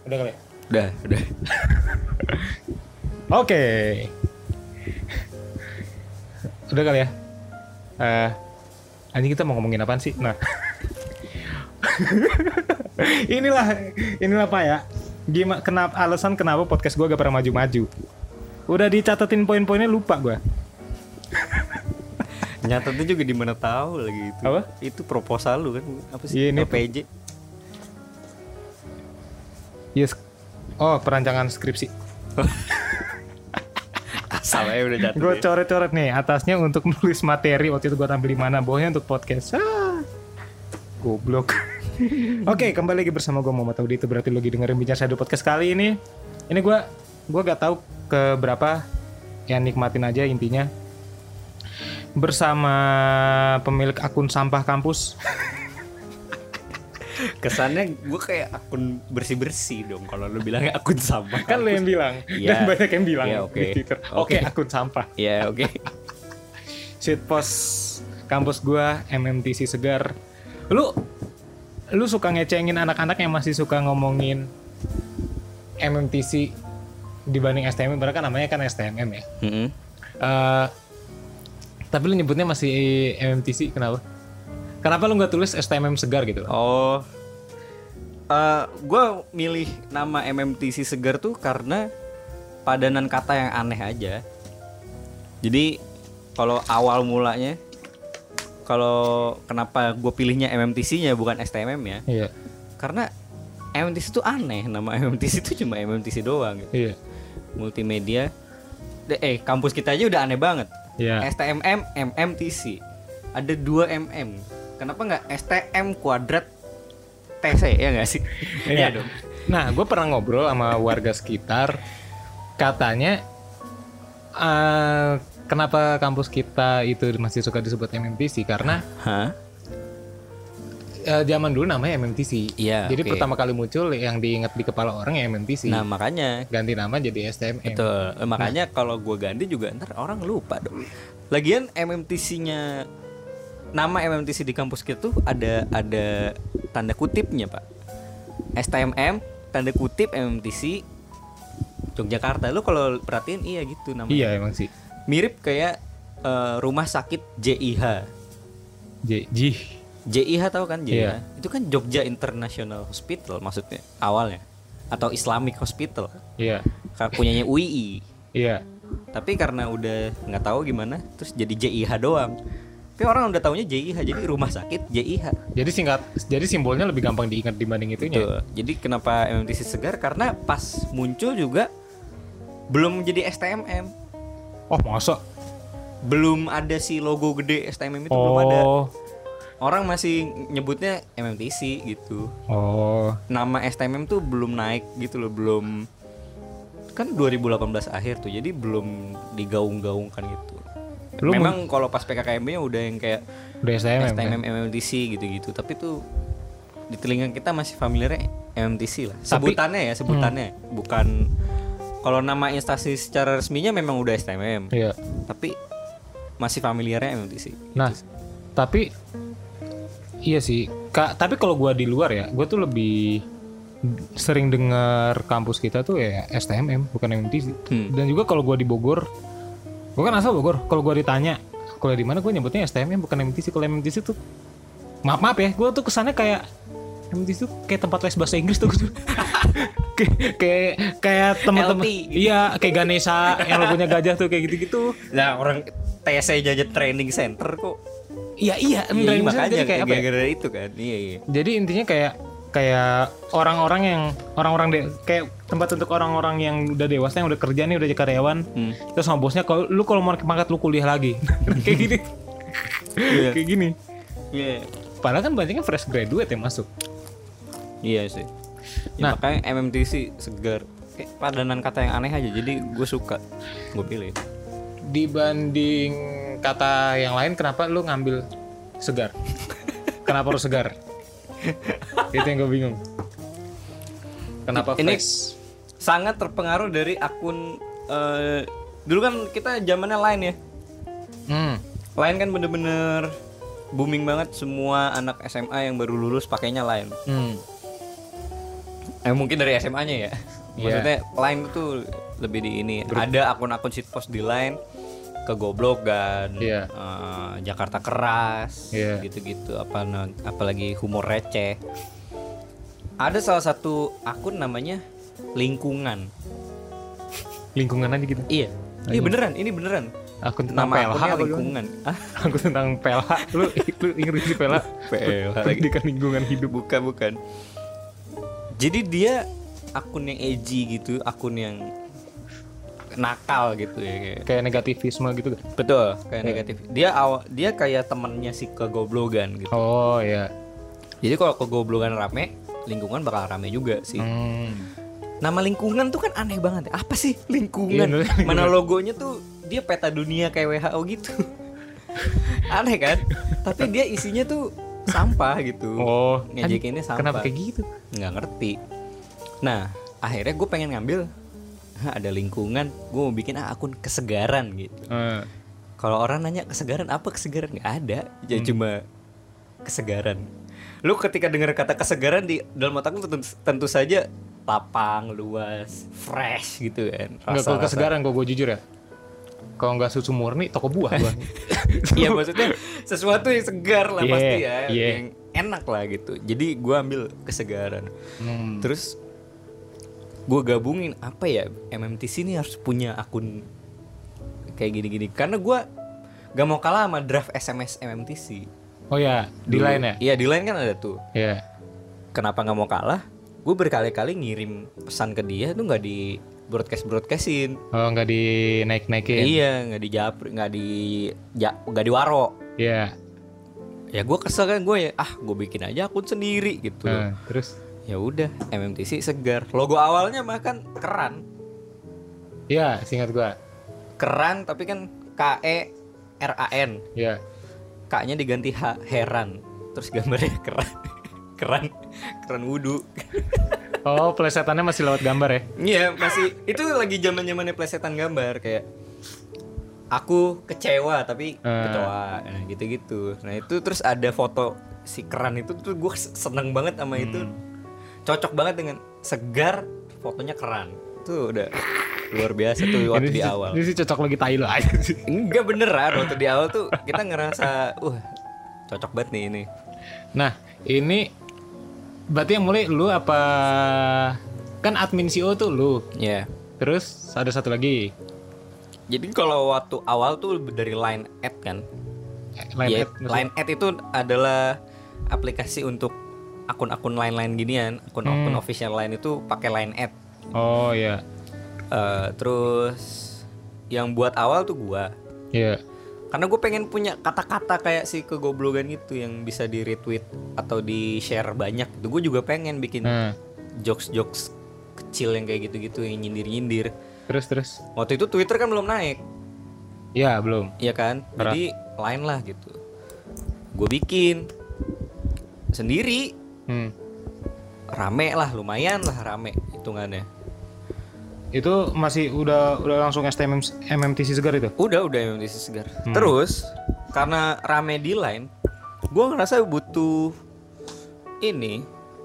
Udah kali ya? Udah. Oke. Udah kali ya? Anjing kita mau ngomongin apaan sih? Nah. inilah Pak ya. Gimana alasan kenapa podcast gue gak pernah maju-maju. Udah dicatatin poin-poinnya lupa gue. Nyatetnya juga di mana tahu lagi itu. Apa? Itu proposal lu kan apa sih? Iya, ini PJ. Yes. Oh, perancangan skripsi. Asalnya udah jatuh. Gue coret-coret nih atasnya untuk nulis materi. Waktu itu gue tampil di mana, bawahnya untuk podcast. Goblok. Oke, kembali lagi bersama gue Muhammad Audi. Itu berarti lo lagi dengerin Bincang Sadu Podcast kali ini. Ini gue gak tahu keberapa, yang nikmatin aja intinya. Bersama pemilik akun sampah kampus. Kesannya gue kayak akun bersih-bersih dong kalau lu bilangnya akun sampah. Kan lo yang bilang. Ya. Dan banyak yang bilang Ya, di Twitter. Oke, akun sampah. Ya, oke. Shitpost kampus gue, MMTC Segar. Lu suka ngecengin anak-anak yang masih suka ngomongin MMTC dibanding STMM, karena kan namanya kan STMM ya. Tapi lu nyebutnya masih MMTC, kenapa? Kenapa lu nggak tulis STMM Segar gitu? Oh, gue milih nama MMTC Segar tuh karena padanan kata yang aneh aja. Jadi kalau awal mulanya, kalau kenapa gue pilihnya MMTC-nya bukan STMM ya? Iya. Karena MMTC itu aneh, nama MMTC itu cuma MMTC doang gitu. Iya. Multimedia. Kampus kita aja udah aneh banget. Iya. STMM, MMTC. Ada 2 MM. Kenapa nggak STM kuadrat TC ya nggak sih? Iya dong. Nah, gue pernah ngobrol sama warga sekitar. Katanya kenapa kampus kita itu masih suka disebut MMTC karena zaman dulu namanya MMTC. Iya. Jadi Okay. pertama kali muncul yang diingat di kepala orang ya MMTC. Nah makanya Ganti nama jadi STMM. betul. Makanya kalau gue ganti juga ntar orang lupa dong. Lagian MMTC-nya, nama MMTC di kampus kita tuh ada tanda kutipnya pak. STMM tanda kutip MMTC Yogyakarta. Lu kalau perhatiin iya gitu namanya. Iya emang sih. Mirip kayak rumah sakit JIH. JIH tahu kan JIH? Iya. Itu kan Jogja International Hospital maksudnya awalnya, atau Islamic Hospital. Iya. Punyanya UII. Iya. Tapi karena udah nggak tahu gimana, terus jadi JIH doang. Tapi orang udah taunya JIH, jadi rumah sakit JIH. Jadi simbolnya lebih gampang diingat dibanding itunya. Betul. Jadi kenapa MMTC Segar? Karena pas muncul juga belum jadi STMM. Oh masa? Belum ada si logo gede STMM itu belum ada. Orang masih nyebutnya MMTC gitu. Oh. Nama STMM tuh belum naik gitu loh, belum. Kan 2018 akhir tuh, jadi belum digaung-gaungkan gitu. Memang kalau pas PKKMB-nya udah yang kayak udah STMM STMM kan? MMTC gitu-gitu, tapi tuh di telinga kita masih familiarnya MMTC lah. Sebutannya bukan. Kalau nama instansi secara resminya memang udah STMM. Iya. Tapi masih familiarnya MMTC. Nah, gitu. tapi iya sih. Tapi kalau gue di luar ya, gue tuh lebih sering dengar kampus kita tuh ya STMM bukan MMTC. Dan juga kalau gue di Bogor, gue kan asal Bogor. Kalau gue ditanya kuliah di mana, gue nyebutnya STMM bukan MMTC. Kalau MMTC tuh maaf ya, gue tuh kesannya kayak MMTC tuh kayak tempat les bahasa Inggris tuh. kayak teman-teman. Iya, kayak Ganesha yang logonya gajah tuh kayak gitu-gitu. Nah, orang TC aja training center kok. Iya, makanya kayak apa? Gara-gara itu kan. Iya. Jadi intinya kayak orang-orang kayak tempat untuk orang-orang yang udah dewasa, yang udah kerja nih, udah jadi karyawan. Terus sama bosnya, kalau mau mangkat lu kuliah lagi. Kayak gini. Kayak gini. Iya. Padahal kan banyaknya fresh graduate yang masuk. Iya sih. Ya, makanya MMTC Segar. Kayak padanan kata yang aneh aja. Jadi gue suka. Gue pilih. Dibanding kata yang lain, kenapa lu ngambil Segar? Kenapa harus Segar? Itu yang gue bingung. Kenapa fresh? Ini sangat terpengaruh dari akun dulu kan kita zamannya Line ya. Line kan bener-bener booming banget, semua anak SMA yang baru lulus pakainya Line. Mungkin dari SMA-nya ya. Maksudnya Line tuh lebih di ini. Ada akun-akun shitpost di Line, kegoblokan, Jakarta keras, gitu-gitu. Apalagi humor receh. Ada salah satu akun namanya Lingkungan. Lingkungan aja gitu. Iya. Iya beneran, ini beneran. Akun tentang Nama PLH akunnya apa Lingkungan. Akun tentang PLH. Lu inget sih PLH? PLH Pendidikan lingkungan hidup. Bukan. Jadi dia akun yang edgy gitu, akun yang nakal gitu ya kayak negativisme gitu. Betul, kayak negatif. Dia kayak temennya si kegoblogan gitu. Oh iya. Jadi kalau kegoblogan rame, Lingkungan bakal rame juga sih. Nama Lingkungan tuh kan aneh banget. Apa sih lingkungan? Mana logonya tuh dia peta dunia kayak WHO gitu. Aneh kan? Tapi dia isinya tuh sampah gitu. Oh, ngejekinnya sampah. Kenapa kayak gitu? Nggak ngerti. Nah, akhirnya gue pengen ngambil ada Lingkungan, gue mau bikin akun kesegaran gitu. Kalau orang nanya kesegaran apa, kesegaran nggak ada, ya cuma kesegaran. Lu ketika dengar kata kesegaran di dalam otak lu tentu saja lapang, luas, fresh gitu kan. Nggak, kalau kesegaran gue jujur ya. Kalau nggak susu murni, toko buah gua. Iya maksudnya sesuatu yang segar lah pasti ya, yang enak lah gitu. Jadi gue ambil kesegaran. Terus gue gabungin apa ya, MMTC ini harus punya akun kayak gini-gini. Karena gue gak mau kalah sama draft SMS MMTC. Oh ya, di Line ya? Iya di Line kan ada tuh. Iya. Kenapa gak mau kalah? Gue berkali-kali ngirim pesan ke dia tuh gak di broadcastin. Oh, nggak dinaik-naikin. Iya, nggak dijapri, nggak diwaro. Iya. Ya gue kesel kan, gue gue bikin aja akun sendiri gitu. Terus? Ya udah, MMTC segar. Logo awalnya mah kan keran. Iya, seingat gue. Keran tapi kan KERAN. Iya. K-nya diganti H, heran. Terus gambarnya keran wudhu. Oh, plesetannya masih lewat gambar ya? Iya, masih. Itu lagi zaman-zamannya plesetan gambar kayak aku kecewa tapi kecoa, gitu-gitu. Nah, itu terus ada foto si keran itu tuh gue seneng banget sama itu. Cocok banget dengan segar, fotonya keran. Tuh udah luar biasa tuh waktu di awal. Ini sih cocok lagi tai lo aja sih. Enggak beneran, waktu di awal tuh kita ngerasa cocok banget nih ini. Nah, ini berarti yang mulai lu apa? Kan admin CO tuh lu. Iya. Terus ada satu lagi. Jadi kalau waktu awal tuh dari Line Ad kan. Line Ad itu adalah aplikasi untuk akun-akun Line ginian, akun-akun official Line itu pakai Line Ad. Oh iya. Terus yang buat awal tuh gua. Iya. Karena gue pengen punya kata-kata kayak si kegoblogan gitu yang bisa di retweet atau di share banyak. Itu gue juga pengen bikin jokes-jokes kecil yang kayak gitu-gitu yang nyindir-nyindir. Terus. Waktu itu Twitter kan belum naik. Iya belum. Iya kan. Jadi Line lah gitu. Gue bikin sendiri. Rame lah, lumayan lah rame hitungannya. Itu masih udah langsung MMTC segar itu? Udah MMTC segar. Terus karena rame di Line, gue ngerasa butuh ini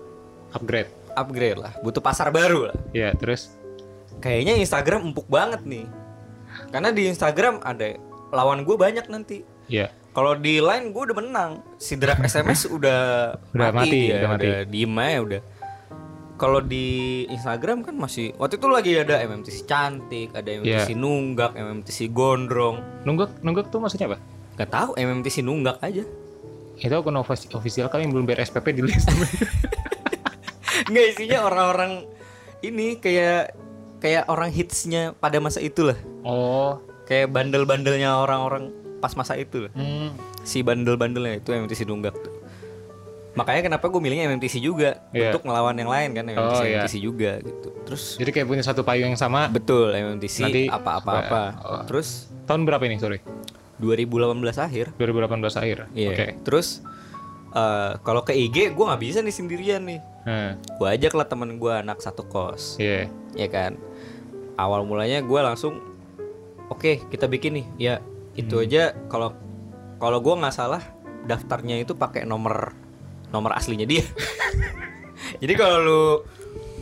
upgrade lah, butuh pasar baru lah. Iya, terus kayaknya Instagram empuk banget nih. Karena di Instagram ada lawan gue banyak nanti. Iya. Kalau di Line gue udah menang. Si draft SMS udah mati. Udah diem aja udah. Kalau di Instagram kan masih waktu itu lagi ada MMTC cantik, ada MMTC nunggak, MMTC gondrong. Nunggak tuh maksudnya apa? Gak tahu, MMTC nunggak aja. Itu akun official kali yang belum bayar SPP di list. Nggak, isinya orang-orang ini kayak orang hitsnya pada masa itu lah. Oh, kayak bandel-bandelnya orang-orang pas masa itu lah. Si bandel-bandelnya itu MMTC nunggak tuh. Makanya kenapa gue milihnya MMTC juga untuk ngelawan yang lain kan, MMTC juga gitu. Terus jadi kayak punya satu payung yang sama. Betul, MMTC nanti apa-apa. Terus tahun berapa ini, sorry? 2018 akhir. 2018 akhir. Iya. Okay. Terus kalau ke IG gue nggak bisa nih sendirian nih. Gue ajak lah temen gue anak satu kos. Iya. Ya kan. Awal mulanya gue langsung oke, kita bikin nih. Ya itu aja kalau gue nggak salah daftarnya itu pakai nomor aslinya dia. Jadi kalau lu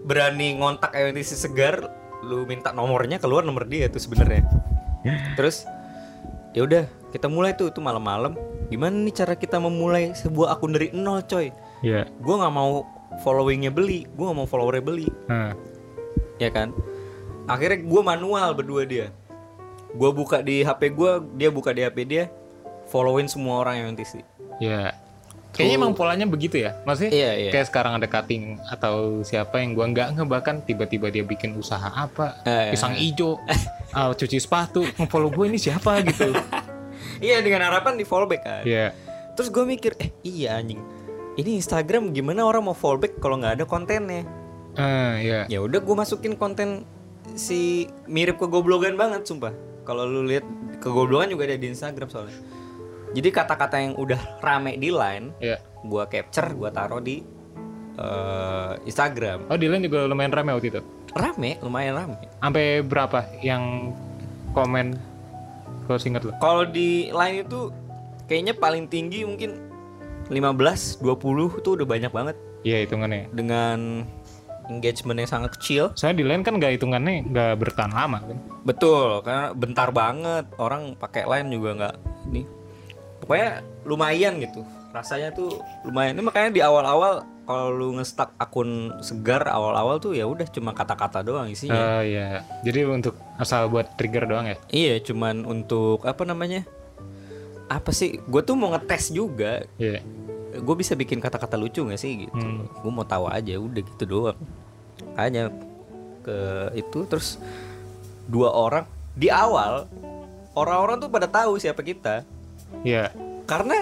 berani ngontak MMTC Segar, lu minta nomornya, keluar nomor dia tuh sebenarnya. Terus ya udah kita mulai tuh, itu malam-malam. Gimana nih cara kita memulai sebuah akun dari nol, coy? Iya. Gue nggak mau followingnya beli, gue nggak mau followernya beli, ya kan? Akhirnya gue manual berdua dia. Gue buka di HP gue, dia buka di HP dia, followin semua orang yang MMTC. Iya. Kayaknya emang polanya begitu ya, maksudnya Iya. kayak sekarang ada cutting atau siapa yang gua nggak bahkan tiba-tiba dia bikin usaha apa, pisang ijo, cuci sepatu, nge-follow gue ini siapa gitu. Iya, dengan harapan di follow back kan. Iya. Terus gue mikir, iya anjing, ini Instagram gimana orang mau follow back kalau nggak ada kontennya? Iya. Ya udah gue masukin konten si mirip kegoblogan banget, sumpah. Kalau lu lihat kegoblogan juga ada di Instagram soalnya. Jadi kata-kata yang udah rame di line, gue capture, gue taruh di Instagram. Oh, di line juga lumayan rame waktu itu. Rame, lumayan rame. Sampai berapa yang komen? Kalau singkat lo? Kalau di line itu kayaknya paling tinggi mungkin 15, 20 tuh udah banyak banget. Iya, hitungannya. Dengan engagement yang sangat kecil. Soalnya di line kan nggak hitungannya nggak bertahan lama kan. Betul, karena bentar banget. Orang pakai line juga nggak nih. Pokoknya lumayan gitu. Rasanya tuh lumayan. Ini makanya di awal-awal kalau lu nge-stack akun Segar awal-awal tuh ya udah cuma kata-kata doang isinya. Iya. Jadi untuk asal buat trigger doang ya. Iya, cuman untuk apa namanya? Apa sih? Gue tuh mau ngetes juga. Iya. Gue bisa bikin kata-kata lucu nggak sih gitu. Gue mau tahu aja, udah gitu doang. Hanya ke itu terus 2 orang di awal orang-orang tuh pada tahu siapa kita. Iya. Karena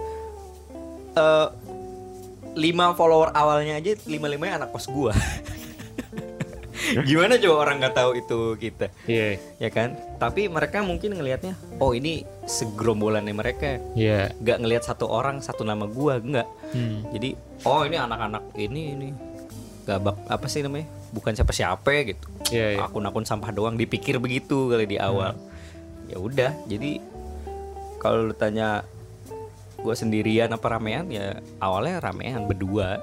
5 follower awalnya aja 5-5-nya anak kos gua. Gimana coba orang nggak tahu itu kita? Iya. Ya kan? Tapi mereka mungkin ngelihatnya, oh ini segerombolannya mereka. Iya. Nggak ngelihat satu orang satu nama gua, nggak. Jadi oh ini anak-anak ini gabak apa sih namanya? Bukan siapa-siapa gitu. Iya. Akun-akun sampah doang, dipikir begitu kali di awal. Ya udah, jadi kalau lu tanya gue sendirian apa ramean, ya awalnya ramean berdua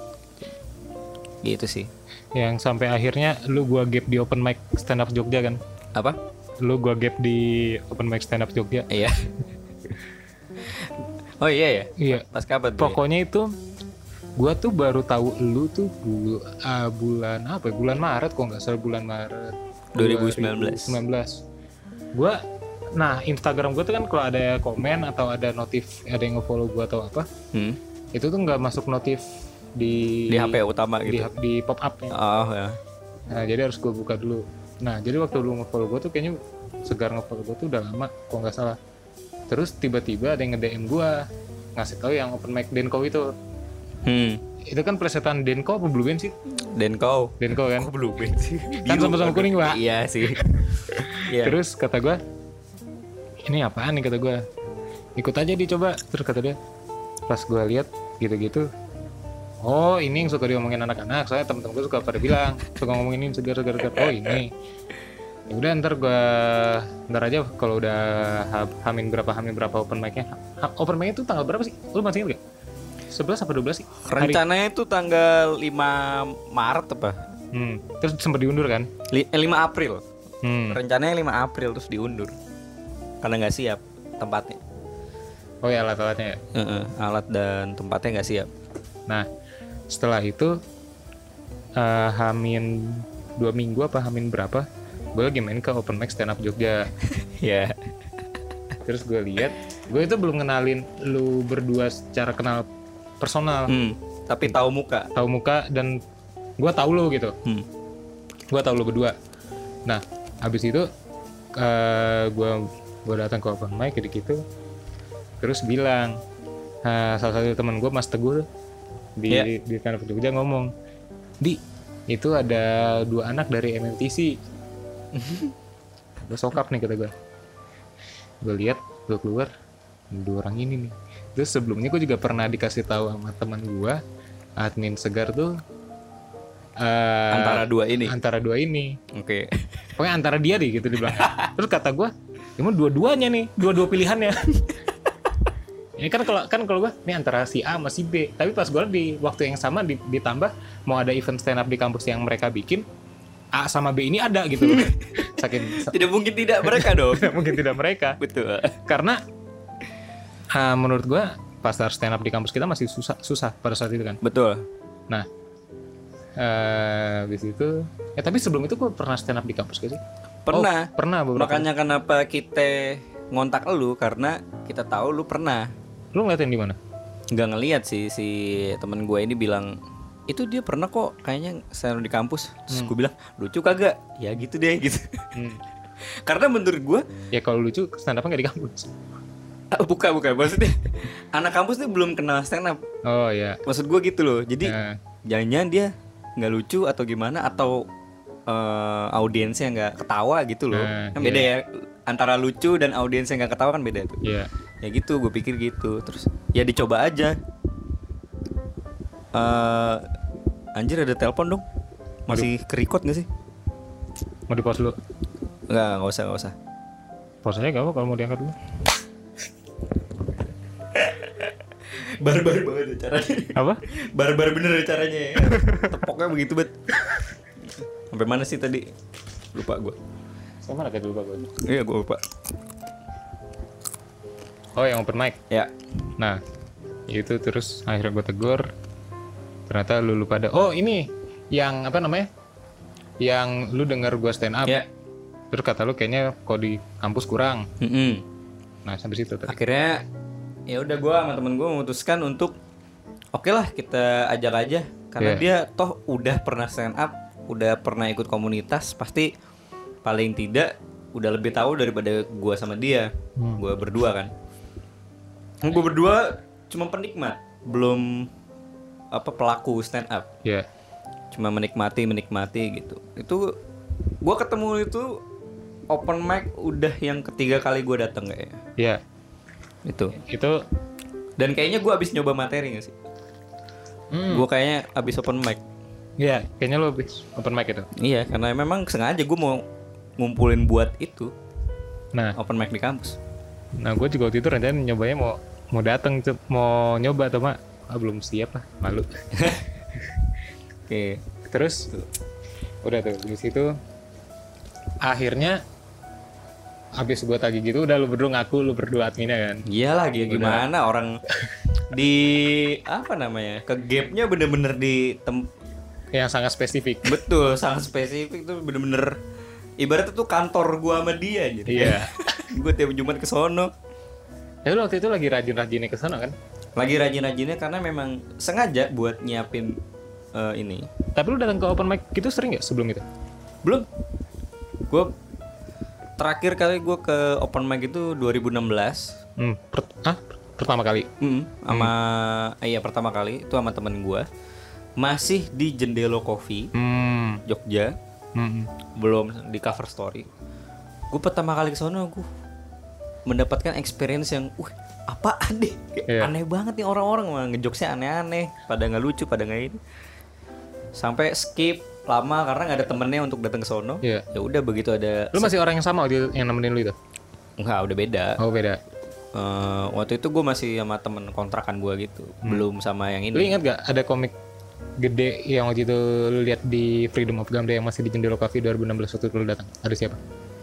gitu sih. Yang sampai akhirnya lu gua gap di open mic stand up Jogja kan? Apa? Lu gua gap di open mic stand up Jogja. Iya. Oh iya ya. Iya. Pas kapan tuh? Pokoknya itu gua tuh baru tahu lu tuh bulan apa ya? Bulan Maret kok nggak salah, bulan Maret 2019. Gua Instagram gue tuh kan kalau ada komen atau ada notif, ada yang nge-follow gue atau apa, itu tuh nggak masuk notif di HP utama gitu. Di pop up-nya. Oh ya. Nah, jadi harus gue buka dulu. Nah, jadi waktu lu nge-follow gue tuh kayaknya Segar nge-follow gue tuh udah lama, kok nggak salah. Terus tiba-tiba ada yang nge-DM gue, ngasih tahu yang open mic Denko itu. Itu kan plesetan Denko apa Blue Band sih? Denko kan? Kok Blue Band sih? Kan sama-sama kuning, Pak. Iya sih. Terus kata gue, ini apaan nih, kata gue, ikut aja dicoba. Terus kata dia, pas gue lihat gitu-gitu, oh ini yang suka diomongin anak-anak, soalnya temen-temen gue suka pada bilang suka ngomongin ini Segar. Oh ini, ya udah ntar aja kalau udah hamin berapa open mic-nya. Open mic itu tanggal berapa sih? Lu masih ingat gak? 11 apa 12 sih? Rencananya itu tanggal 5 Maret apa? Terus sempat diundur kan? 5 April. Rencananya 5 April terus diundur karena nggak siap tempatnya. Oh ya, alat-alatnya ya? Alat dan tempatnya nggak siap. Nah setelah itu hamin 2 minggu apa hamin berapa, gue lagi main ke open mic stand up Jogja. Ya. Terus gue lihat, gue itu belum kenalin lu berdua secara kenal personal. Tapi tahu muka dan gue tahu lu gitu. Gue tahu lu berdua. Nah habis itu gue datang ke open mic gitu, terus bilang, salah satu teman gue Mas Teguh di stand up Jogja ngomong, di itu ada 2 anak dari MMTC. Gue sokap nih, kata gue lihat, gue keluar 2 orang ini nih. Terus sebelumnya gue juga pernah dikasih tahu sama teman gue, admin Segar tuh antara dua ini. Oke. Pokoknya antara dia deh gitu dibilang. Terus kata gue, emang dua-duanya nih, dua-dua pilihannya. Ini kan kalau gue ini antara si A sama si B. Tapi pas gue di waktu yang sama ditambah mau ada event stand up di kampus yang mereka bikin, A sama B ini ada gitu loh. Tidak mungkin tidak mereka dong. Tidak mungkin tidak mereka. Betul. Karena menurut gue pas stand up di kampus kita masih susah pada saat itu kan. Betul. Nah, habis itu tapi sebelum itu gue pernah stand up di kampus gak sih? Pernah. Pernah beberapa. Makanya kenapa kita ngontak lu, karena kita tahu lu pernah. Lu ngeliatin di mana? Nggak ngeliat sih, si temen gue ini bilang itu dia pernah kok kayaknya stand up di kampus. Terus gue bilang lucu kagak? Ya gitu deh gitu. Karena menurut gue ya kalau lucu stand up nggak di kampus. Bukan maksudnya anak kampus nih belum kenal stand up. Oh ya. Maksud gue gitu loh. Jadi jangan-jangan dia nggak lucu atau gimana, atau audiensnya nggak ketawa gitu loh. Kan beda ya, antara lucu dan audiensnya nggak ketawa kan beda tuh. Iya. Ya gitu, gue pikir gitu. Terus ya dicoba aja. Anjir ada telepon dong. Masih ke-record nggak sih? Mau di pause dulu? Nggak usah. Pause aja gak apa kalau mau diangkat dulu. Barbar banget caranya. Apa? Barbar bener caranya ya. Tepoknya begitu bet. Sampai mana sih tadi? Lupa gue. Sama mana tadi lupa gue? Iya gue lupa. Oh yang open mic? Ya. Nah itu terus akhirnya gue tegur. Ternyata lu lupa ada. Oh ini yang apa namanya? Yang lu denger gue stand up. Ya. Terus kata lu kayaknya kok di kampus kurang. Nah sampai situ tadi. Akhirnya ya udah gue sama temen gue memutuskan untuk oke lah kita ajak aja, karena dia toh udah pernah stand up, udah pernah ikut komunitas, pasti paling tidak udah lebih tahu daripada gue sama dia. Gue berdua kan, gue berdua cuma penikmat, belum apa pelaku stand up. Cuma menikmati gitu. Itu gue ketemu itu open mic udah yang ketiga kali gue datang kayaknya. Iya. Itu. Dan kayaknya gue abis nyoba materi gak sih? Gue kayaknya abis open mic. Iya, kayaknya lo abis open mic itu. Iya, karena memang sengaja gue mau ngumpulin buat itu. Nah, open mic di kampus. Nah, gue juga waktu itu rencana nyobanya mau datang, mau nyoba atau belum siap lah, malu. Oke. Terus udah tuh di situ akhirnya habis gue tagih gitu udah lu berdua ngaku lu berdua adminnya kan. Iyalah gimana orang di apa namanya ke gapnya bener-bener di yang sangat spesifik. Betul, sangat spesifik tuh bener-bener ibaratnya tuh kantor gue sama dia gitu. Iya. Gue tiap Jumat ke sono. Ya lu waktu itu lagi rajin-rajinnya ke sono kan? Lagi rajin-rajinnya karena memang sengaja buat nyiapin ini. Tapi lu datang ke open mic gitu sering gak sebelum itu? Belum. Gue terakhir kali gue ke open mic itu 2016. Pertama kali? Iya pertama kali itu sama temen gue. Masih di Jendelo Coffee, Jogja. Belum di Cover Story. Gue pertama kali ke sana gue mendapatkan experience yang apaan deh, aneh banget nih orang-orang, ngejokesnya aneh-aneh, pada nggak lucu, pada nggak ini. Sampai skip lama karena nggak ada temennya untuk datang ke sono. Ya udah begitu ada. Lu masih orang yang sama waktu yang nemenin lu itu? Enggak, udah beda. Oh beda. Waktu itu gue masih sama temen kontrakan gue gitu, belum sama yang ini. Lu ingat gak ada komik gede yang waktu itu lu lihat di Freedom of Gamda yang masih di Jendela Cafe 2016 waktu lu datang? Ada siapa?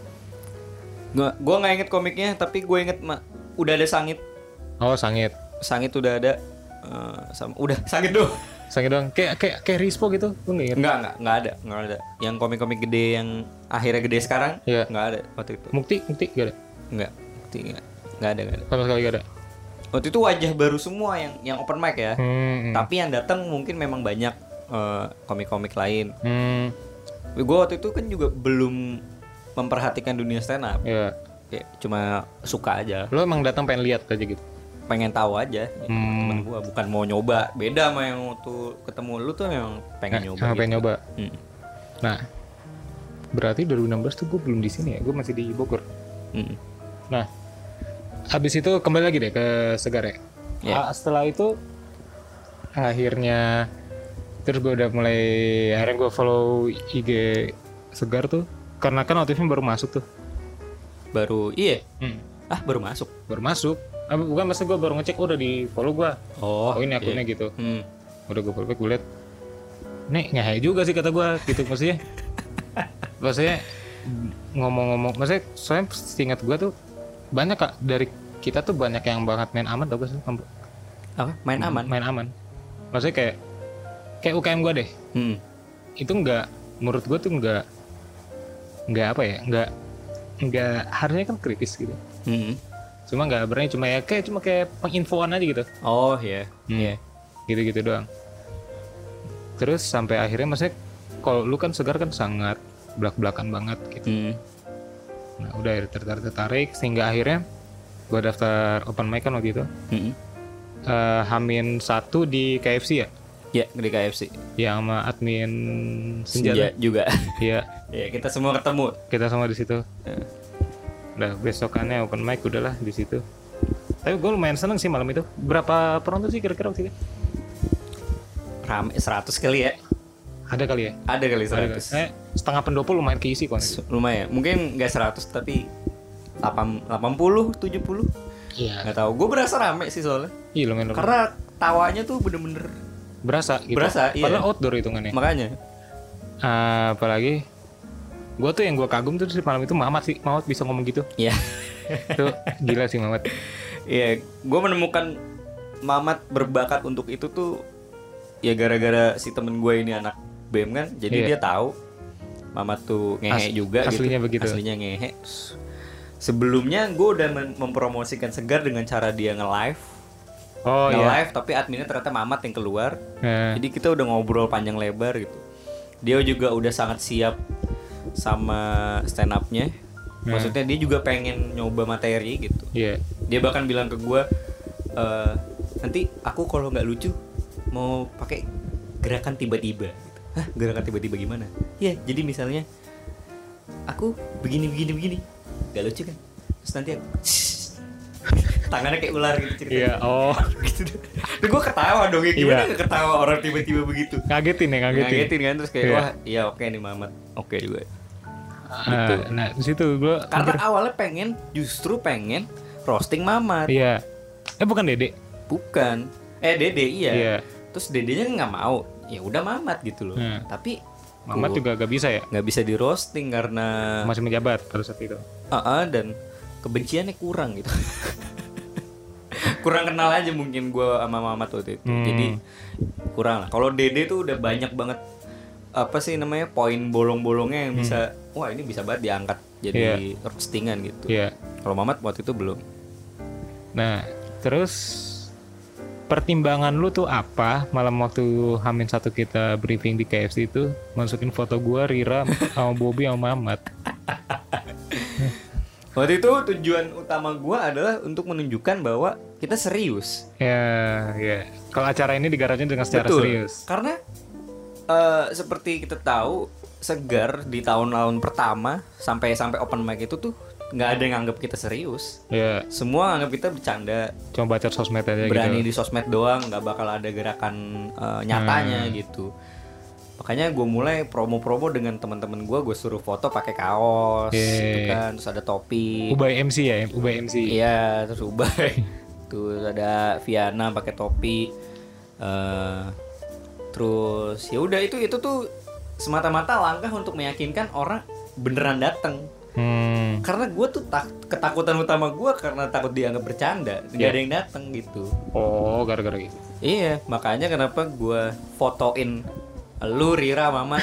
Gue nggak inget komiknya, tapi gue inget udah ada Sangit. Oh Sangit. Sangit udah ada. Udah Sangit doang. Sangit doang. Kayak Rispo gitu. Lu nggak inget? Nggak ada. Yang komik-komik gede yang akhirnya gede sekarang nggak ada waktu itu. Mukti nggak ada. Mukti nggak ada. Sama sekali nggak ada. Waktu itu wajah baru semua yang open mic ya. Tapi yang datang mungkin memang banyak komik-komik lain. Gue waktu itu kan juga belum memperhatikan dunia stand up. Iya. Kayak cuma suka aja. Lo emang datang pengen lihat aja gitu. Pengen tahu aja. Temen gue bukan mau nyoba. Beda sama yang waktu ketemu lu tuh memang pengen nyoba. Pengen nyoba. Nah, berarti 2016 tuh gue belum di sini ya. Gue masih di Bogor. Nah, habis itu kembali lagi deh ke Segar ya. Setelah itu akhirnya terus gue udah mulai akhirnya gue follow IG Segar tuh karena kan notifnya baru masuk tuh. Baru baru masuk. Bukan, masa gue baru ngecek udah di follow gue. Oh ini akunnya gitu. Udah gue follow back, gue liat nih ngehe juga sih kata gue gitu. Maksudnya ngomong-ngomong, maksudnya soalnya seingat gue tuh banyak Kak dari kita tuh banyak yang banget main aman tau gak sih? Apa? Main aman? Maksudnya kayak UKM gue deh. Itu nggak, menurut gue tuh nggak apa ya, nggak harusnya kan kritis gitu. Cuma nggak berani, cuma kayak penginfoan aja gitu. Oh iya. Gitu-gitu doang. Terus sampai akhirnya maksudnya kalau lu kan Segar kan sangat belak-belakan banget gitu. Nah udah tertarik sehingga akhirnya gue daftar open mic kan waktu itu. Hamin 1 di KFC ya? Ya di KFC. Yang sama admin Senja juga. Iya. Ya kita semua ketemu. Kita semua di situ. Udah besokannya open mic udahlah di situ. Tapi gue lumayan seneng sih malam itu. Berapa penonton sih kira-kira waktu itu? Rame 100 kali ya. Ada kali ya? Ada kali 100. Setengah pendopo lumayan keisi kok. Lumayan. Mungkin nggak 100 tapi 80, 70. Iya. Nggak tahu. Gue berasa rame sih soalnya. Iya lumayan. Karena tawanya tuh bener-bener berasa gitu. Berasa, iya. Padahal outdoor hitungannya. Makanya. Apalagi gue tuh yang gue kagum tuh malam itu Mamat bisa ngomong gitu. Iya. Tuh gila sih Mamat. Iya. Gue menemukan Mamat berbakat untuk itu tuh ya gara-gara si temen gue ini anak BEM kan, jadi dia tahu Mamat tuh ngehe juga aslinya gitu. Begitu. Aslinya ngehe. Sebelumnya gue udah mempromosikan Segar dengan cara dia nge-live. Nge-live tapi adminnya ternyata Mamat yang keluar. Jadi kita udah ngobrol panjang lebar gitu. Dia juga udah sangat siap sama stand up-nya. Maksudnya dia juga pengen nyoba materi gitu. Dia bahkan bilang ke gue, nanti aku kalau nggak lucu mau pakai gerakan tiba-tiba gitu. Hah, gerakan tiba-tiba gimana? Ya, jadi misalnya aku begini. Gak lucu kan? Terus nanti aku tangannya kayak ular gitu ceritanya. Iya, gitu. Terus gue ketawa dong ya, gimana gak ketawa orang tiba-tiba begitu? Ngagetin kan, terus kayak wah, iya oke nih Mamat. Oke juga. Gitu. Nah, di situ gue karena awalnya justru pengen roasting Mamat. Iya. Bukan Dede. Bukan. Dede iya. Terus Dedenya nggak mau, ya udah Mamat gitu loh. Tapi Mamat juga gak bisa ya? Nggak bisa di roasting karena masih menjabat pada saat itu. Dan kebenciannya kurang gitu. Kurang kenal aja mungkin gue sama Mamat waktu itu. Jadi kurang lah. Kalau Dede tuh udah banyak banget apa sih namanya poin bolong-bolongnya yang bisa, wah ini bisa banget diangkat jadi roastingan gitu. Kalau Mamat waktu itu belum. Nah terus pertimbangan lu tuh apa malam waktu Hamin 1 kita briefing di KFC itu masukin foto gua, Rira, sama Bobby sama Mamat? Waktu itu tujuan utama gua adalah untuk menunjukkan bahwa kita serius. Ya. Kalau acara ini digarapnya dengan secara serius. Karena seperti kita tahu Segar di tahun-tahun pertama sampai open mic itu tuh nggak ada yang anggap kita serius. Semua anggap kita bercanda. Cuma baca sosmed aja. Berani gitu. Di sosmed doang, nggak bakal ada gerakan nyatanya gitu. Makanya gue mulai promo-promo dengan teman-teman gue suruh foto pakai kaos, gitu kan, terus ada topi. Ubay MC ya, Ubay MC. Iya, terus Ubay. Terus ada Viana pakai topi. Terus ya udah itu tuh semata-mata langkah untuk meyakinkan orang beneran datang. Karena gue tuh ketakutan utama gue karena takut dianggap bercanda, nggak ada yang datang gitu. Oh, gara-gara gitu. Iya, makanya kenapa gue fotoin lu, Rira, Mamat,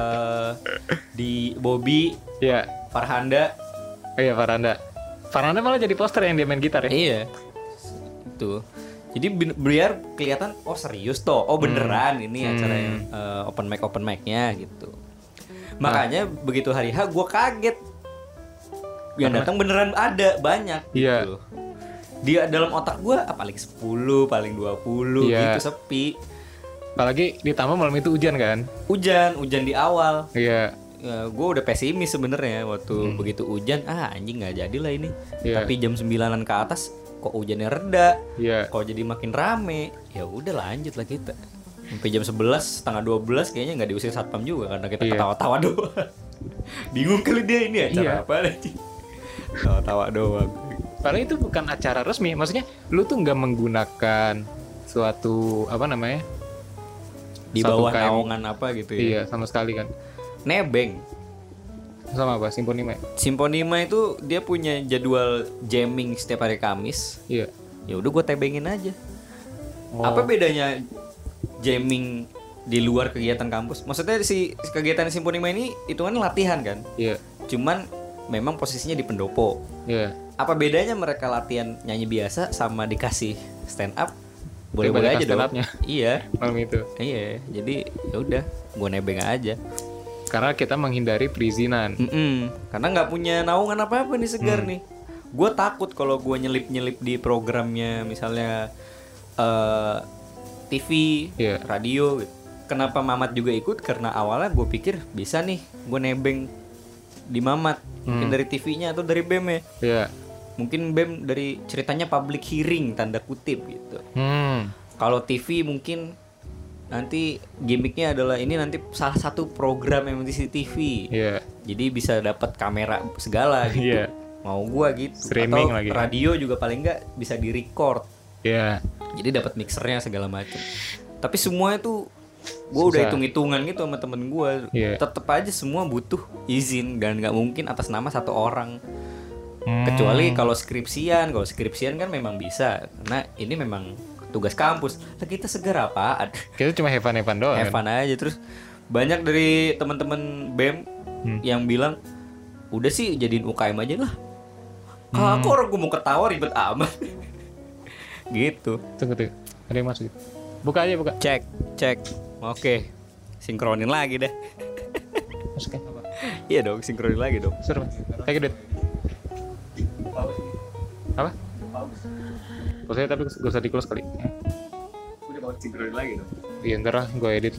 di Bobby, Farhanda. Iya, Farhanda malah jadi poster yang dia main gitar ya. Iya, itu. Jadi biar kelihatan serius toh, beneran ini acara yang open mic-nya gitu. Makanya begitu hari H gue kaget. Yang datang beneran ada banyak gitu. Dia dalam otak gue paling 10, paling 20 gitu sepi. Apalagi ditambah malam itu hujan kan? Hujan di awal. Iya. Ya, gue udah pesimis sebenarnya waktu begitu hujan, anjing nggak jadi lah ini. Tapi jam 9-an ke atas kok hujannya reda. Kok jadi makin rame. Ya udah lanjut lah kita. Sampai jam 11, setengah 12 kayaknya nggak diusir satpam juga karena kita ketawa-tawa doang. Bingung kali dia ini acara apa lagi. Tawa-tawa doang. Padahal itu bukan acara resmi. Maksudnya lu tuh nggak menggunakan suatu apa namanya? Di Satu bawah KM. naungan apa gitu ya. Iya, sama sekali kan. Nebeng. Sama apa? Simponi Maya. Simponima itu dia punya jadwal jamming setiap hari Kamis. Iya. Ya udah gue tebengin aja. Oh. Apa bedanya jamming di luar kegiatan kampus? Maksudnya si kegiatan Simponima ini hitungannya latihan kan? Iya. Cuman memang posisinya di pendopo. Iya. Apa bedanya mereka latihan nyanyi biasa sama dikasih stand up? Boleh banyak aja stand dong. up-nya. Iya. Malam itu. Iya. Jadi ya udah, gue nebeng aja. Karena kita menghindari perizinan. Karena nggak punya naungan apa-apa nih Segar nih. Gue takut kalau gue nyelip-nyelip di programnya misalnya TV, Iya. radio gitu. Kenapa Mamat juga ikut? Karena awalnya gue pikir bisa nih gue nebeng di Mamat. Mungkin dari TV-nya atau dari BEM ya. Iya. Mungkin BEM dari ceritanya public hearing tanda kutip gitu. Kalau TV mungkin nanti gimmicknya adalah ini nanti salah satu program MTC TV. Iya. Jadi bisa dapat kamera segala gitu. Iya. Mau gua gitu. Streaming atau lagi. radio juga paling enggak bisa di-record. Iya. Jadi dapat mixernya segala macam. Tapi semua itu gua udah Susah. hitung-hitungan gitu sama temen gua. Iya. Tetep aja semua butuh izin dan nggak mungkin atas nama satu orang. Kecuali kalau skripsian kan memang bisa. Karena ini memang tugas kampus. Lah kita Segar apaan? Kita cuma have fun doang. Kan? Evan aja. Terus banyak dari teman-teman BEM yang bilang udah sih jadiin UKM aja lah. Kalau aku orang gue mau ketawa ribet amat. Gitu. Tunggu. Ada yang masuk. Buka aja, buka. Cek. Oke. Sinkronin lagi deh. Masuk ya. Iya dong, sinkronin lagi dong. Suruh. Kayak duit. Apa? Pause tapi gak usah di-close kali. Udah mau sinkronin lagi dong. Iya, ntar lah gue edit.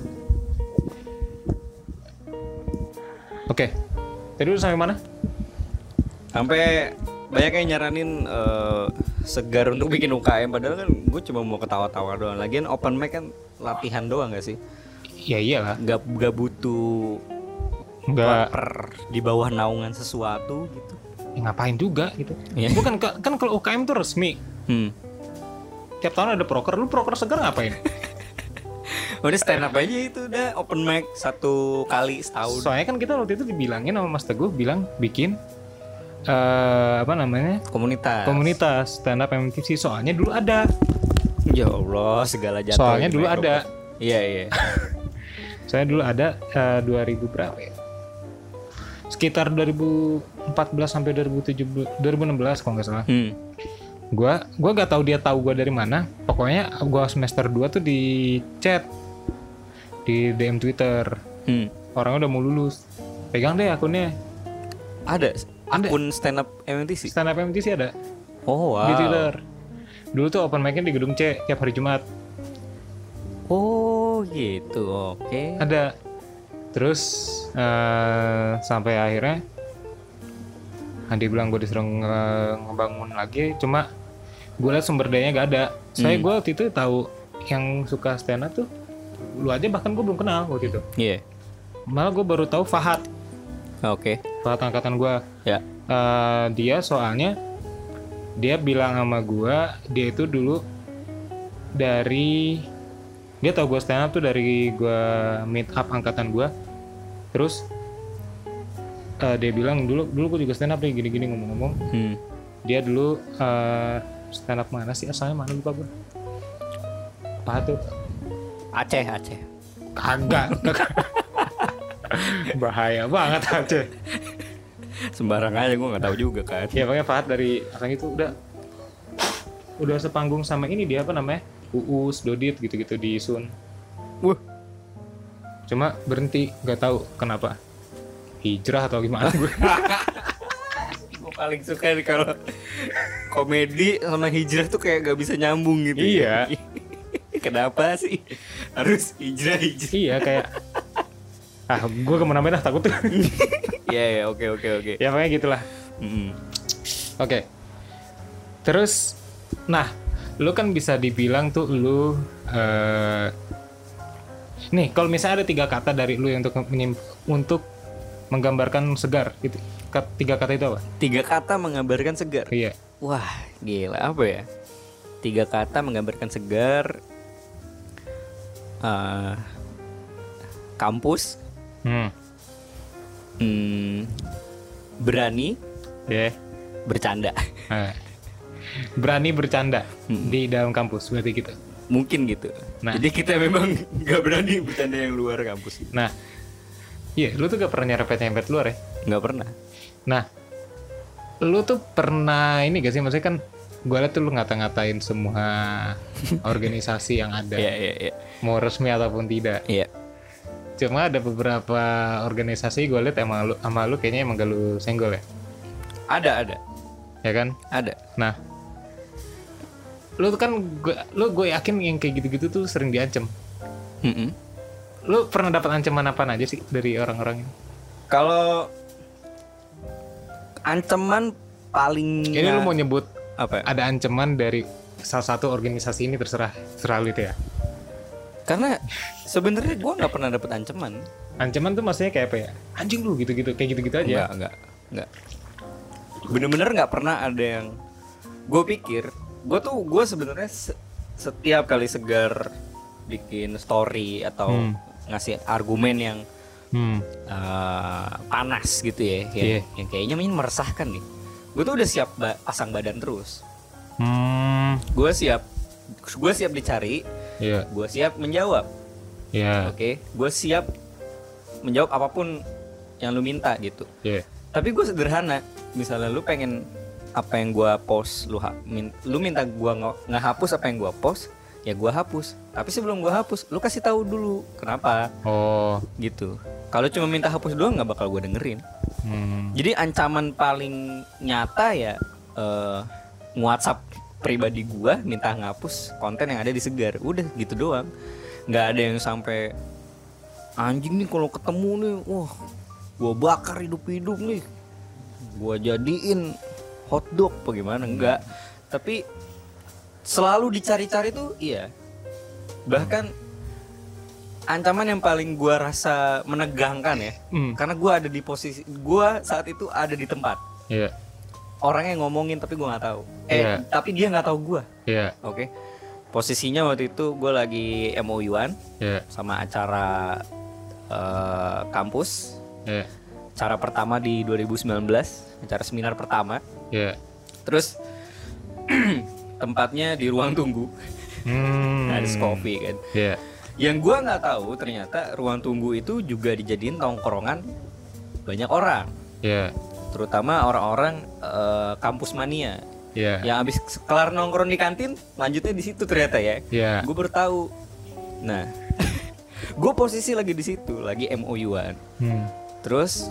Oke. Tadi udah sampai mana? Sampai banyak yang nyaranin Segar untuk bikin UKM, padahal kan gue cuma mau ketawa-tawa doang. Lagian open mic kan latihan doang gak sih? Ya iyalah. Gak butuh Enggak. di bawah naungan sesuatu gitu. Ya, ngapain juga gitu. Iya. Bukan kan kalau UKM tuh resmi. Tiap tahun ada proker. Lu proker Segar ngapain? Udah stand up aja itu udah open mic 1 kali setahun. Soalnya kan kita waktu itu dibilangin sama Mas Teguh bilang bikin apa namanya? Komunitas stand up MTC. Soalnya dulu ada. Ya Allah, segala jatuh. Soalnya dulu ada. Iya. Soalnya dulu ada 2000 berapa ya? Sekitar 2014 sampai 2016 kalau nggak salah. Gua nggak tahu dia tahu gua dari mana. Pokoknya gua semester 2 tuh di chat di DM Twitter. Orangnya udah mau lulus. Pegang deh akunnya. Ada akun stand up MTC. Stand up MTC ada. Oh wow. Di Twitter. Dulu tuh open mic-nya di Gedung C tiap hari Jumat. Oh gitu. Oke. Ada. Terus sampai akhirnya Andi bilang gue disuruh ngebangun lagi. Cuma gue liat sumber dayanya gak ada. Saya gue waktu itu tahu yang suka stand up tuh lu aja, bahkan gue belum kenal waktu itu. Iya. Malah gue baru tahu Fahad. Oke. Fahad angkatan gue. Ya. Dia soalnya dia bilang sama gue, dia itu dulu dari dia tahu gue stand up tuh dari gue meet up angkatan gue. Terus dia bilang dulu gue juga stand up nih gini-gini ngomong-ngomong. Dia dulu stand up mana sih asalnya, mana lupa gue. Apa tuh? Aceh. Kagak. Bahaya banget Aceh. Sembarang aja, gue nggak tahu juga kan. Ya pokoknya Fahad dari asal itu udah sepanggung sama ini, dia apa namanya, Uus, Dodit gitu-gitu di Sun. Cuma berhenti, nggak tahu kenapa, hijrah atau gimana gue. Gue paling suka nih kalau komedi sama hijrah tuh kayak gak bisa nyambung gitu. Iya. Kenapa sih harus hijrah? Iya kayak gue kemana-mana takut tuh. Iya oke. Ya pokoknya gitulah. Oke. Terus nah lu kan bisa dibilang tuh lu nih kalau misalnya ada 3 kata dari lu yang untuk menggambarkan Segar, itu 3 kata itu apa? 3 kata menggambarkan Segar. Iya. wah gila apa ya? 3 kata menggambarkan segar. Kampus. Berani. Bercanda. Berani bercanda di dalam kampus berarti gitu. Mungkin gitu. Nah. Jadi kita memang nggak berani bercanda yang luar kampus. Nah, iya, lu tuh gak pernah nyerempet luar ya? Nggak pernah. Nah, lu tuh pernah ini gak sih? Maksudnya kan gue liat tuh lu ngata-ngatain semua organisasi yang ada. Iya. Mau resmi ataupun tidak. Iya. Cuma ada beberapa organisasi gue liat sama lu kayaknya emang gak lu senggol ya? Ada. Ya kan? Ada. Nah, lu tuh kan gue yakin yang kayak gitu-gitu tuh sering diancam. Lu pernah dapat ancaman apa aja sih dari orang-orang ini? Kalau ancaman paling Ini lu mau nyebut apa? Ada ancaman dari salah satu organisasi ini terserah lu itu ya. Karena sebenarnya gue nggak pernah dapet ancaman. Ancaman tuh maksudnya kayak apa ya? Anjing lu gitu-gitu, kayak gitu-gitu aja. Enggak. Bener-bener nggak pernah ada yang gue pikir. Gue sebenarnya setiap kali Segar bikin story atau ngasih argumen yang panas gitu ya, yang kayaknya meresahkan nih. Gue tuh udah siap pasang badan terus. Gue siap dicari. Gue siap menjawab. Oke, gue siap menjawab apapun yang lu minta gitu. Tapi gue sederhana. Misalnya lu pengen apa yang gue post, lu minta gue ngehapus apa yang gue post, ya gue hapus. Tapi sebelum gue hapus, lu kasih tahu dulu kenapa. Gitu. Kalau cuma minta hapus doang nggak bakal gue dengerin. Jadi ancaman paling nyata ya WhatsApp pribadi gue minta ngapus konten yang ada di Segar. Udah gitu doang. Nggak ada yang sampai anjing nih kalau ketemu nih, wah gue bakar hidup-hidup nih, gue jadiin hotdog bagaimana, enggak. Tapi selalu dicari-cari tuh iya. Bahkan ancaman yang paling gue rasa menegangkan ya, karena gue ada di posisi, gue saat itu ada di tempat. Orang yang ngomongin tapi gue nggak tahu. Tapi dia nggak tahu gue. Oke. Posisinya waktu itu gue lagi MOU-an sama acara kampus. Acara pertama di 2019, acara seminar pertama. Terus tempatnya di ruang tunggu. Ada coffee kan. Yang gue nggak tahu ternyata ruang tunggu itu juga dijadiin tongkrongan banyak orang. Terutama orang-orang kampus mania. Yang abis kelar nongkrong di kantin, lanjutnya di situ ternyata ya. Gue baru tahu. Nah, gue posisi lagi di situ, lagi MOU-an. Terus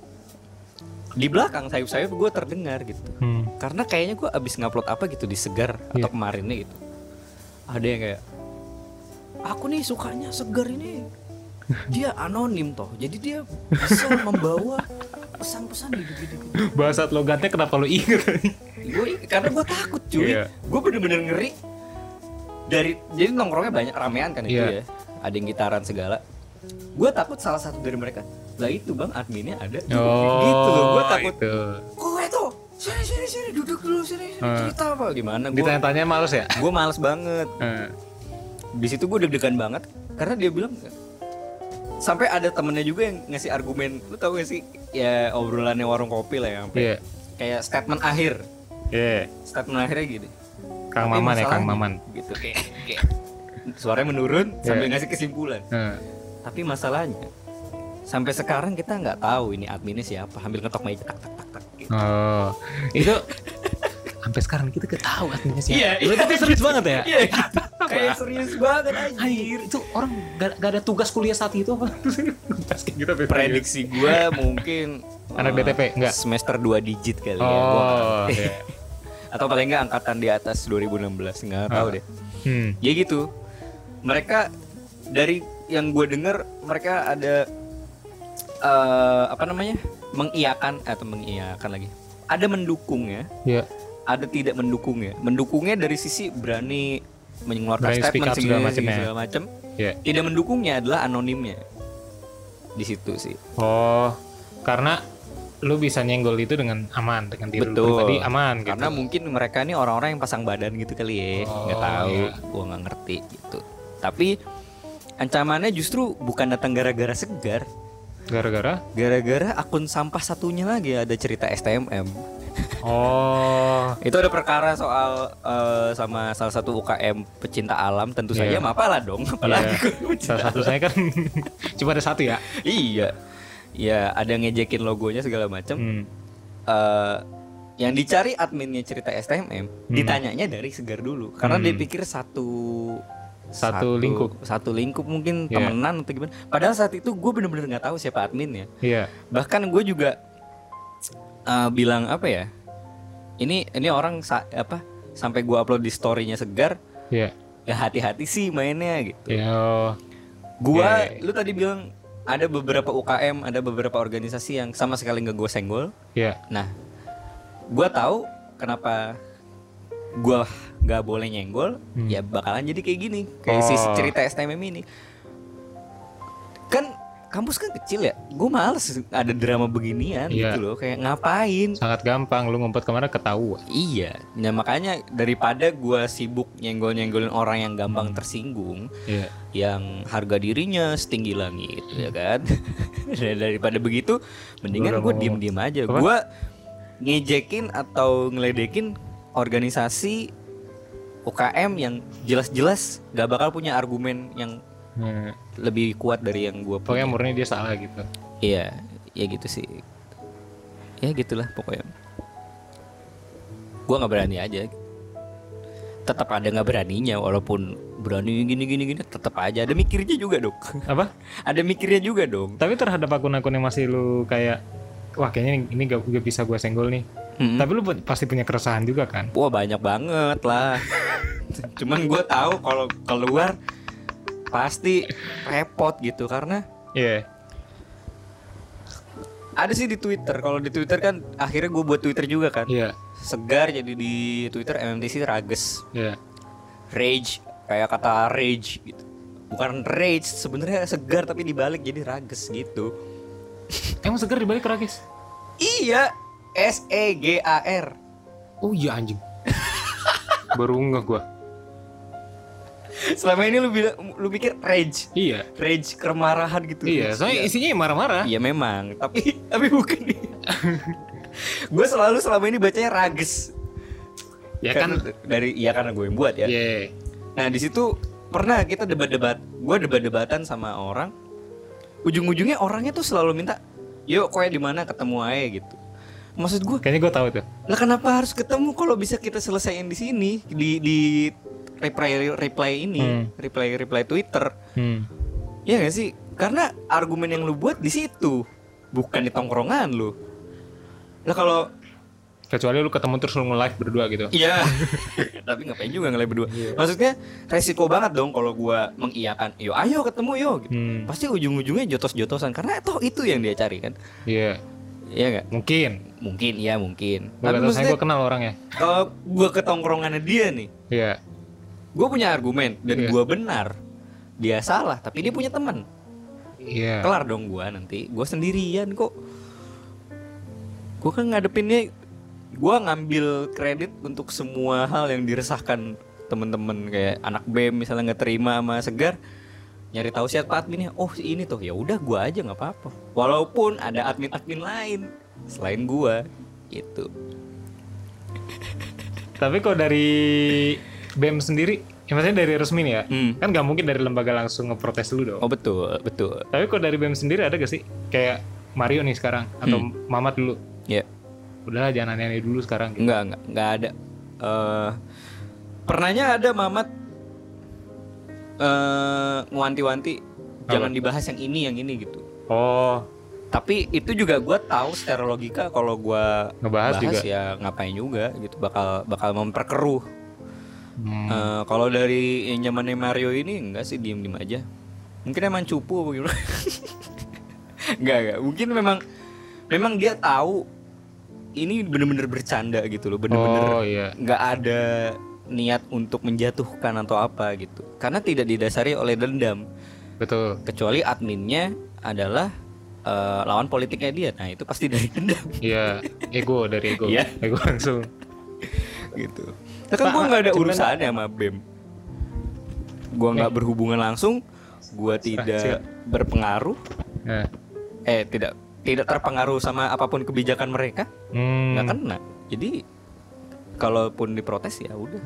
di belakang sayup-sayup gue terdengar gitu. Karena kayaknya gue abis ngupload apa gitu di Segar atau kemarinnya gitu. Ada yang kayak, aku nih sukanya Segar ini, dia anonim toh, jadi dia bisa membawa pesan-pesan gitu. Bahasa logatnya kenapa lu inget? Karena gue takut cuy. Gue bener-bener ngeri. Jadi nongkrongnya banyak ramean kan itu ya. Ada yang gitaran segala. Gue takut salah satu dari mereka, lah itu bang adminnya ada. Gitu loh, gue takut. Kowe tuh sini duduk dulu sini. Cerita apa gimana? Ditanya-tanya males ya? Gue males banget. Di situ gue deg-degan banget karena dia bilang, sampai ada temennya juga yang ngasih argumen. Lu tau gak sih ya obrolannya warung kopi lah yang kayak statement akhir. Statement akhirnya gini, Kang Maman ya, Kang Maman gitu, kayak suaranya menurun sambil ngasih kesimpulan. Tapi masalahnya sampai sekarang kita nggak tahu ini adminnya siapa. Sambil ngetok meja tak gitu. Itu sampai sekarang kita nggak tahu adminnya siapa. Itu serius banget ya? Kayak serius banget anjir. Itu orang gak ada tugas kuliah saat itu apa? Prediksi gue mungkin anak DTP enggak? Semester 2 digit kali ya. Atau paling enggak angkatan di atas 2016, enggak tahu deh. Ya gitu. Mereka dari yang gue dengar mereka ada mengiyakan lagi. Ada mendukungnya. Ada tidak mendukungnya. Mendukungnya dari sisi berani mengeluarkan statement segala macam. Tidak mendukungnya adalah anonimnya. Di situ sih. Karena lu bisa nyenggol itu dengan aman, dengan diri lu Betul. pribadi aman gitu. Karena mungkin mereka ini orang-orang yang pasang badan gitu kali ya, nggak tahu, iya. gua nggak ngerti gitu. Tapi ancamannya justru bukan datang gara-gara Segar, Gara-gara akun sampah satunya lagi ada cerita STMM. oh Itu ada perkara soal sama salah satu UKM pecinta alam, tentu saja Iya. apalah dong, apalagi gua pecinta salah satu alam. saya kan cuma ada satu ya. Iya, ya ada ngejekin logonya segala macam. Yang dicari adminnya cerita STMM, ditanyanya dari Segar dulu, karena dia pikir satu lingkup mungkin Iya. temenan atau gimana. Padahal saat itu gue bener-bener nggak tahu siapa adminnya. Iya. Bahkan gue juga bilang apa ya? Ini orang sampai gue upload di storynya Segar. Iya. Ya hati-hati sih mainnya gitu. Ya. Gua, Iya. lu tadi bilang ada beberapa UKM, ada beberapa organisasi yang sama sekali nggak gue senggol. Iya. Nah, gue tahu kenapa gue nggak boleh nyenggol, ya bakalan jadi kayak gini, kayak si cerita STMM ini. Kan kampus kan kecil ya, gue males ada drama beginian Iya. gitu loh, kayak ngapain? Sangat gampang lu ngumpet kemana ketahuan. Iya, nah makanya daripada gue sibuk nyenggol-nyenggolin orang yang gampang tersinggung, Iya. yang harga dirinya setinggi langit, ya kan? Dan daripada begitu, mendingan Lu gue udah diem-diem aja. Apa? Gue ngejekin atau ngeledekin organisasi UKM yang jelas-jelas gak bakal punya argumen yang Nah, lebih kuat dari yang gue pokoknya punya. murni dia salah gitu. Iya, ya gitu sih. Ya gitulah pokoknya. Gue nggak berani aja. Tetap ada nggak beraninya, walaupun berani gini, tetap aja ada mikirnya juga dong. Apa? Ada mikirnya juga dong. Tapi terhadap akun-akun yang masih lu kayak, wah kayaknya ini gak bisa gue senggol nih. Tapi lu pasti punya keresahan juga kan? Wah banyak banget lah. Cuman gue tahu kalau keluar pasti repot gitu, karena Iya. ada sih di Twitter. Kalau di Twitter kan akhirnya gue buat Twitter juga kan. Iya. Segar jadi di Twitter MMTC Rages. Iya. Rage, kayak kata rage gitu. Bukan rage, sebenarnya Segar tapi dibalik jadi Rages gitu. Emang Segar dibalik Ragis? Iya, SEGAR. Oh iya anjing. Baru ngeh gue. Selama ini lu pikir rage. Iya. Rage kemarahan gitu. Iya, soalnya isinya marah-marah. Iya memang, tapi bukan. Gue selalu selama ini bacanya Rages. Ya kan? Karena gue yang buat ya. Iya. Nah, di situ pernah kita gue debat-debatan sama orang. Ujung-ujungnya orangnya tuh selalu minta, "Yuk, koe di mana ketemu aja," gitu. Maksud gue, Kayaknya gue tahu tuh. lah kenapa harus ketemu kalau bisa kita selesaiin di sini di reply ini, reply Twitter. Ya gak sih? Karena argumen yang lu buat di situ, bukan di tongkrongan lu. Lah kalau Kecuali lu ketemu terus lu nge-live berdua gitu. iya, tapi ngapain juga nge-live berdua? Maksudnya resiko banget dong kalau gua mengiyakan, "Yo, ayo ketemu yo," gitu. Pasti ujung-ujungnya jotos-jotosan karena toh itu yang dia cari kan. Iya. Iya gak? Mungkin. Mungkin, iya mungkin. Gue tahu, saya gue kenal orangnya. Kalau gua ke tongkrongannya dia nih, Iya. gue punya argumen dan gue benar, dia salah, tapi dia punya teman. Iya. Kelar dong gue nanti, gue sendirian kok. Gue kan ngadepinnya, gue ngambil kredit untuk semua hal yang diresahkan temen-temen, kayak anak BEM misalnya nggak terima sama Segar, nyari tahu siapa adminnya. Oh ini tuh, ya udah gue aja nggak apa-apa. Walaupun ada admin-admin lain selain gue, gitu. Tapi kok dari BEM sendiri, ya maksudnya dari resmi nih ya, kan nggak mungkin dari lembaga langsung ngeprotes dulu dong. Oh betul. Tapi kok dari BEM sendiri ada gak sih kayak Mario nih sekarang atau Mamat dulu? Ya. Udahlah jangan aneh-aneh dulu sekarang. Gitu. Enggak ada. Pernahnya ada Mamat ngewanti-wanti jangan dibahas yang ini gitu. Oh, Tapi itu juga gue tahu secara logika kalau gue Ngebahas bahas juga. ya ngapain juga gitu, bakal memperkeruh. Kalau dari yang zamannya Mario ini enggak sih, diem aja. Mungkin emang cupu apa gimana? Enggak. Mungkin memang dia tahu ini bener-bener bercanda gitu loh, bener-bener Oh, iya. nggak ada niat untuk menjatuhkan atau apa gitu, karena tidak didasari oleh dendam, betul. kecuali adminnya adalah lawan politiknya dia. Nah itu pasti dari dendam. Iya, dari ego. Iya. Ego langsung. Gitu. Nah, kan gue nggak ada urusannya sama BEM. Gue nggak berhubungan langsung. Gue tidak berpengaruh. Tidak terpengaruh sama apapun kebijakan mereka. Nggak kena. Jadi kalaupun diprotes ya udah.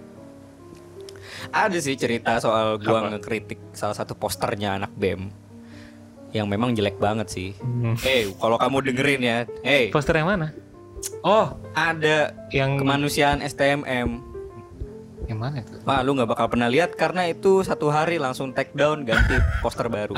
Ada sih cerita soal gue ngekritik salah satu posternya anak BEM yang memang jelek banget sih. Kalau kamu dengerin ya, poster yang mana? Oh, ada yang kemanusiaan STMM. Yang mana itu? Wah, lu nggak bakal pernah lihat karena itu satu hari langsung take down, ganti poster baru.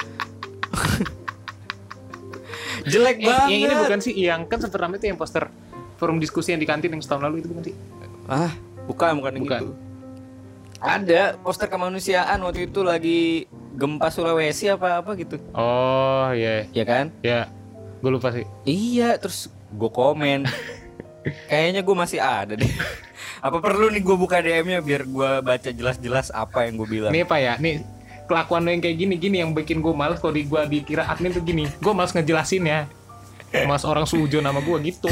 Jelek banget. Yang ini bukan sih, yang kan sempat ramai tuh yang poster forum diskusi yang di kantin yang setahun lalu itu bukan sih? Bukan yang itu. Ada poster kemanusiaan waktu itu lagi gempa Sulawesi apa gitu. Oh iya. Ya kan? Ya, gue lupa sih. Iya, terus gue komen. Kayaknya gue masih ada deh. Apa perlu nih gue buka DM-nya biar gue baca jelas-jelas apa yang gue bilang. Nih Pak ya, nih kelakuan lo yang kayak gini yang bikin gue males kalau gue dikira admin tuh gini. Gue males ngejelasin ya. Mas orang suujon nama gue gitu.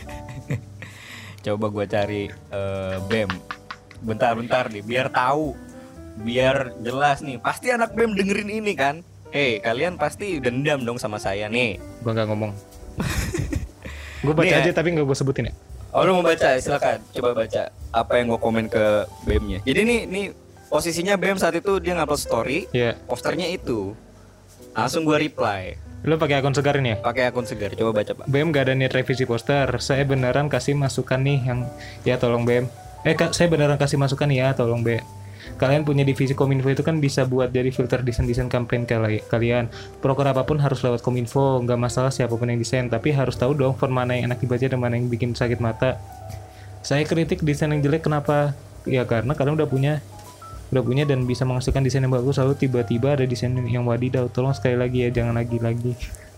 Coba gue cari BEM. Bentar nih, biar tahu, biar jelas nih. Pasti anak BEM dengerin ini kan. Kalian pasti dendam dong sama saya nih. Gue nggak ngomong. Gue baca aja tapi nggak gue sebutin ya. Oh lu mau baca? Silakan. Coba baca apa yang gue komen ke BEM-nya. Jadi nih posisinya BEM saat itu dia ngupload story. Posternya itu. Langsung gue reply. Lu pakai akun Segar ini ya? Pakai akun Segar. Coba baca Pak. BEM gak ada niat revisi poster. Saya beneran kasih masukan nih yang ya tolong BEM. Saya beneran kasih masukan ya, tolong BEM. Kalian punya divisi Kominfo itu kan bisa buat dari filter desain kampanye kalian. Proker apapun harus lewat Kominfo, nggak masalah siapapun yang desain, tapi harus tahu dong font mana yang enak dibaca dan mana yang bikin sakit mata. Saya kritik desain yang jelek kenapa? Ya karena kalian udah punya dan bisa menghasilkan desain yang bagus, lalu tiba-tiba ada desain yang wadidaw. Tolong sekali lagi ya, jangan lagi-lagi.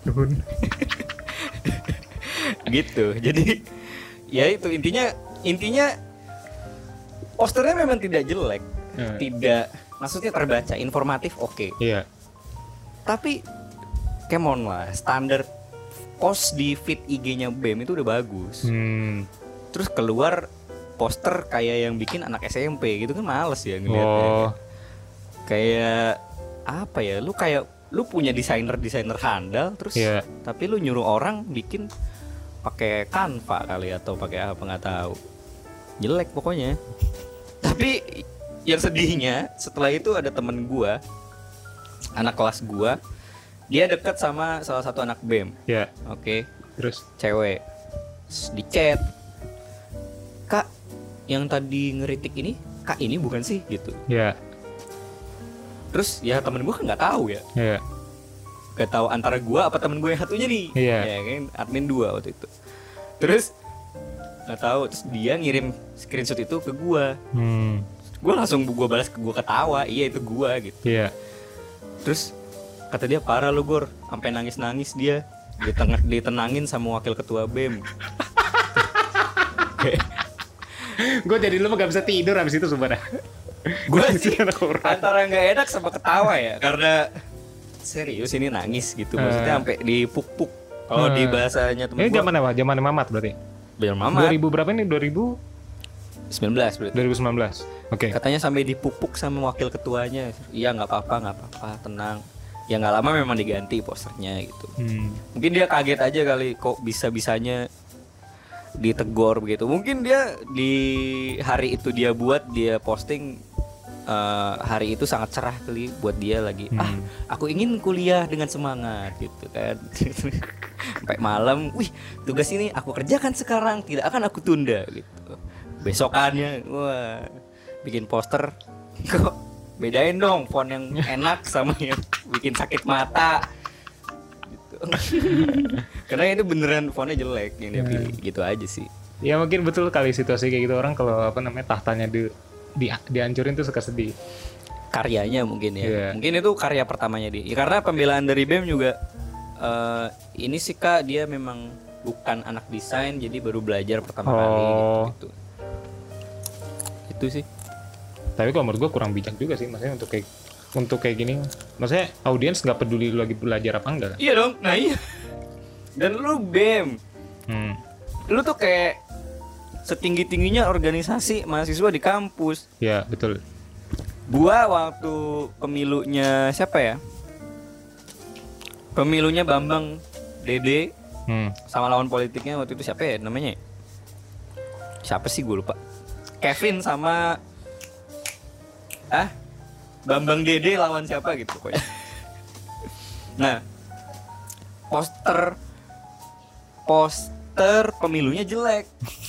Gitu. Jadi ya itu intinya posternya memang tidak jelek, tidak, maksudnya terbaca, informatif, oke. Iya. Tapi, come on lah, standar post di feed IG-nya BEM itu udah bagus. Terus keluar poster kayak yang bikin anak SMP gitu kan males ya ngeliatnya. Kayak apa ya? Lu punya desainer handal, terus tapi lu nyuruh orang bikin pakai Canva kali atau pakai apa nggak tahu. Jelek pokoknya. Tapi yang sedihnya setelah itu ada temen gue, anak kelas gue, dia deket sama salah satu anak BEM. Oke. Terus cewek di chat, Kak, yang tadi ngeritik ini Kak ini bukan sih gitu. Terus ya temen gue kan nggak tahu ya. Gak tahu antara gue apa temen gue yang satunya nih. Ya kan admin 2 waktu itu. Terus nggak tahu, terus dia ngirim screenshot itu ke gue. Gue langsung gue balas, gue ketawa, iya itu gue gitu. Terus kata dia parah lu Gor, sampai nangis dia ditenangin sama wakil ketua BEM. Gue jadi lu gak bisa tidur abis itu sebenarnya. Gue sih antara nggak enak sama ketawa ya, karena serius ini nangis gitu, maksudnya sampai dipuk-puk. Kalau di bahasanya temen gue. Ini zaman apa? Zaman Mamat berarti? Biar Mamat. 2000 berapa ini? 2019 berarti. 2019. Oke. Katanya sampai dipupuk sama wakil ketuanya. Iya nggak apa-apa, tenang. Ya nggak lama memang diganti posternya gitu. Mungkin dia kaget aja kali kok bisa-bisanya ditegur begitu. Mungkin dia di hari itu dia posting. Hari itu sangat cerah kali buat dia lagi. Aku ingin kuliah dengan semangat gitu kan. Sampai malam, wih tugas ini aku kerjakan sekarang, tidak akan aku tunda gitu. Besokannya, wah bikin poster, kok bedain dong font yang enak sama yang bikin sakit mata gitu. Karena itu beneran fontnya jelek yang dia pilih, gitu aja sih. Ya mungkin betul kali situasi kayak gitu, orang kalau tahtanya dihancurin tuh suka sedih. Karyanya mungkin ya. Mungkin itu karya pertamanya dia. Ya, karena pembelaan dari BEM juga ini sih Kak, dia memang bukan anak desain, jadi baru belajar pertama kali gitu. Itu sih. Tapi kalau menurut gue kurang bijak juga sih, maksudnya untuk kayak untuk kayak gini. Maksudnya audiens nggak peduli lu lagi belajar apa enggak. Iya dong. Nah iya. Dan lu BEM. Lu tuh kayak setinggi-tingginya organisasi mahasiswa di kampus. Ya betul. Gua waktu pemilunya siapa ya? Pemilunya Bambang Dede sama lawan politiknya waktu itu siapa ya namanya? Siapa sih, gue lupa. Kevin sama Bambang Dede lawan siapa gitu pokoknya. Nah, poster pemilunya jelek.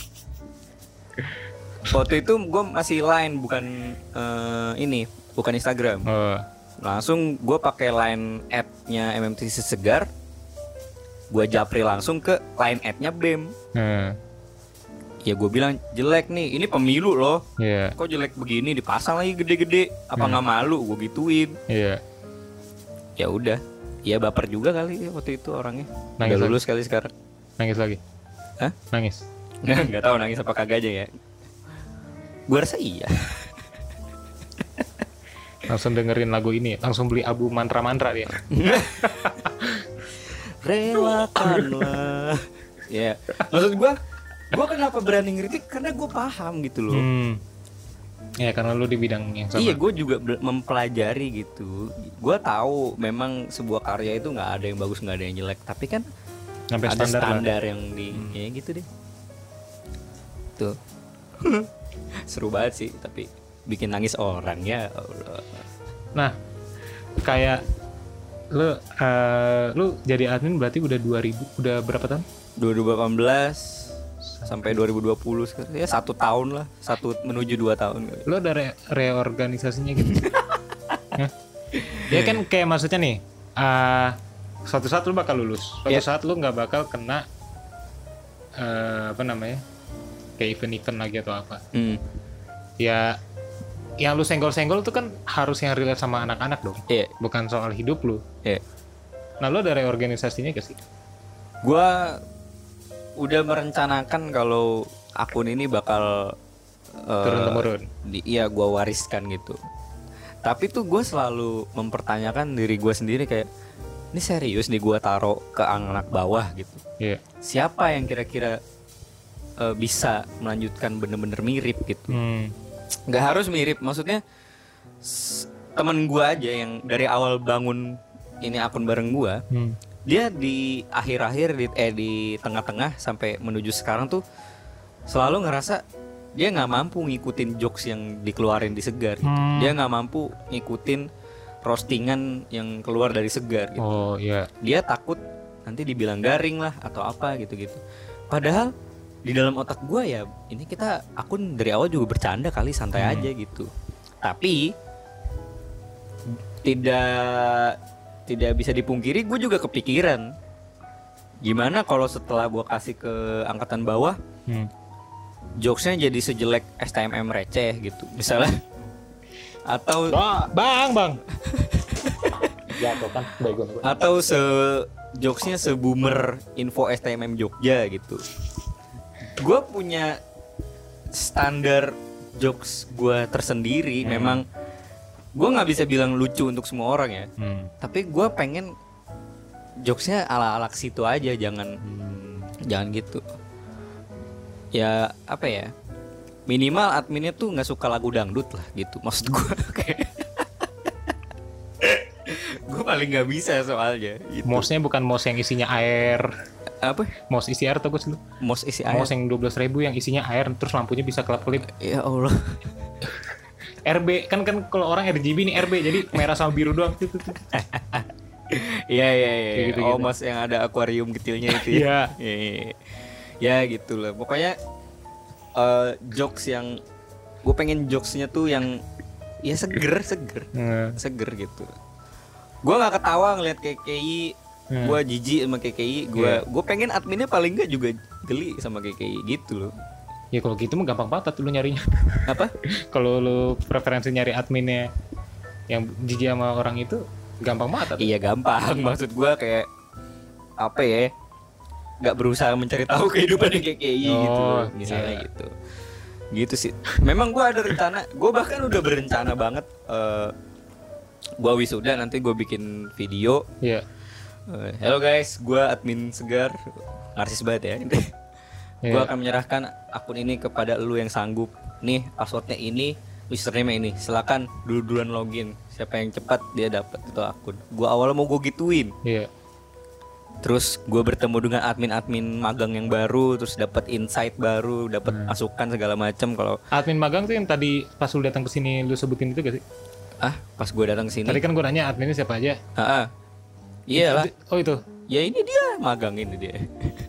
Waktu itu gue masih Line bukan bukan Instagram. Langsung gue pakai Line app-nya MMTC Segar. Gue japri langsung ke Line app-nya BEM. Ya gue bilang jelek nih, ini pemilu loh. Kok jelek begini, dipasang lagi gede-gede. Apa nggak malu? Gue gituin. Ya udah, ya baper juga kali waktu itu orangnya. Udah lulus kali sekarang. Nangis lagi? Hah? Nangis? Nggak tahu nangis apa kagak aja ya. Gue rasa iya. Langsung dengerin lagu ini, langsung beli album mantra-mantra dia. Relakanlah. Ya, maksud gue kenapa berani ngeritik karena gue paham gitu loh. Ya karena lu di bidang yang sama. Iya, gue juga mempelajari gitu. Gue tahu memang sebuah karya itu nggak ada yang bagus, nggak ada yang jelek. Tapi kan sampai ada standar yang di ya gitu deh. Tuh. Seru banget sih, tapi bikin nangis orang ya Allah. Nah, kayak lu jadi admin berarti udah 2000, udah berapa tahun? 2018 sampai 2020 sekarang. Ya 1 tahun lah, menuju 2 tahun. Lu ada reorganisasinya gitu? Ya kan kayak maksudnya nih, suatu saat lu bakal lulus, suatu saat lu nggak bakal kena kayak event-event lagi atau apa. Ya yang lu senggol-senggol tuh kan harus yang relate sama anak-anak dong. Bukan soal hidup lu. Nah lu ada reorganisasinya gak sih? Gua udah merencanakan kalau akun ini bakal turun-temurun. Iya, gua wariskan gitu. Tapi tuh gue selalu mempertanyakan diri gue sendiri kayak, ini serius nih gue taruh ke anak bawah gitu. Siapa yang kira-kira bisa melanjutkan bener-bener mirip gitu. Nggak harus mirip, maksudnya temen gue aja yang dari awal bangun ini akun bareng gue, dia di akhir-akhir di tengah-tengah sampai menuju sekarang tuh selalu ngerasa dia nggak mampu ngikutin jokes yang dikeluarin di Segar gitu. Dia nggak mampu ngikutin roastingan yang keluar dari Segar gitu. Dia takut nanti dibilang garing lah atau apa gitu-gitu. Padahal di dalam otak gue ya ini kita akun dari awal juga bercanda kali, santai aja gitu. Tapi tidak bisa dipungkiri gue juga kepikiran gimana kalau setelah gue kasih ke angkatan bawah jokesnya jadi sejelek STMM receh gitu misalnya. Atau bang jatuh kan atau jokesnya seboomer info STMM Jogja gitu. Gue punya standar jokes gue tersendiri. Memang gue nggak bisa bilang lucu untuk semua orang ya. Tapi gue pengen jokesnya ala-ala ke situ aja, jangan gitu. Ya apa ya? Minimal adminnya tuh nggak suka lagu dangdut lah gitu. Maksud gue kayak gue paling nggak bisa soalnya. Gitu. Mosnya bukan mos yang isinya air. Apa? Mos isi air tuh gue dulu. Mos isi air. Mos yang 12.000 yang isinya air terus lampunya bisa kelap-kelip. Ya Allah. RB kan kalau orang RGB nih RB jadi merah sama biru doang. Iya. Gitu, oh mos yang ada akuarium kecilnya itu ya. Iya. Ya gitu lah. Pokoknya jokes yang gue pengen jokesnya tuh yang ya seger gitu. Gue nggak ketawa ngeliat KKI. Gue jijik sama KKI. Gue pengen adminnya paling nggak juga geli sama KKI gitu loh. Ya kalau gitu mah gampang banget lu nyarinya. Apa? Kalau lu preferensi nyari adminnya yang jijik sama orang itu gampang banget. Iya gampang. Maksud gue kayak apa ya? Gak berusaha mencari tahu kehidupan KKI gitu misalnya gitu sih. Memang gue ada rencana. Gue bahkan udah berencana banget Gue wisuda nanti gue bikin video. Iya. Hello guys, gue admin Segar, narsis banget ya. Gue akan menyerahkan akun ini kepada lu yang sanggup. Nih passwordnya ini, username ini. Silakan duluan login. Siapa yang cepat dia dapat itu akun. Gue awalnya mau gue gituin. Iya. Terus gue bertemu dengan admin-admin magang yang baru, terus dapat insight baru, dapat masukan segala macam. Kalau admin magang tuh yang tadi pas lu datang ke sini lu sebutin itu gak sih? Pas gue datang ke sini. Tadi kan gue nanya adminnya siapa aja. Iya lah. Oh itu. Ya ini dia magang ini dia.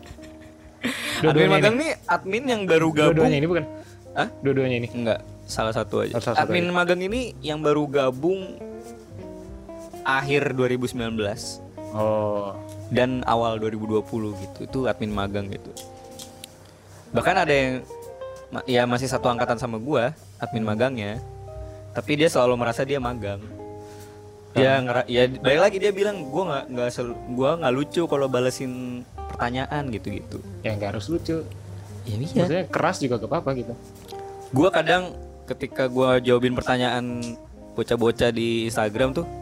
Admin magang nih admin yang baru gabung. Dua-duanya ini bukan? Dua-duanya ini? Enggak, salah satu aja. Salah satu admin aja. magang ini yang baru gabung akhir 2019. Oh. Dan awal 2020 gitu. Itu admin magang gitu. Bahkan ada yang ya masih satu angkatan sama gua, admin magangnya. Tapi dia selalu merasa dia magang. Ya balik lagi dia bilang gua nggak lucu kalau balesin pertanyaan gitu-gitu. Ya nggak harus lucu. Ya iya. Maksudnya keras juga gak apa-apa gitu. Gua kadang ketika gua jawabin pertanyaan bocah-bocah di Instagram tuh,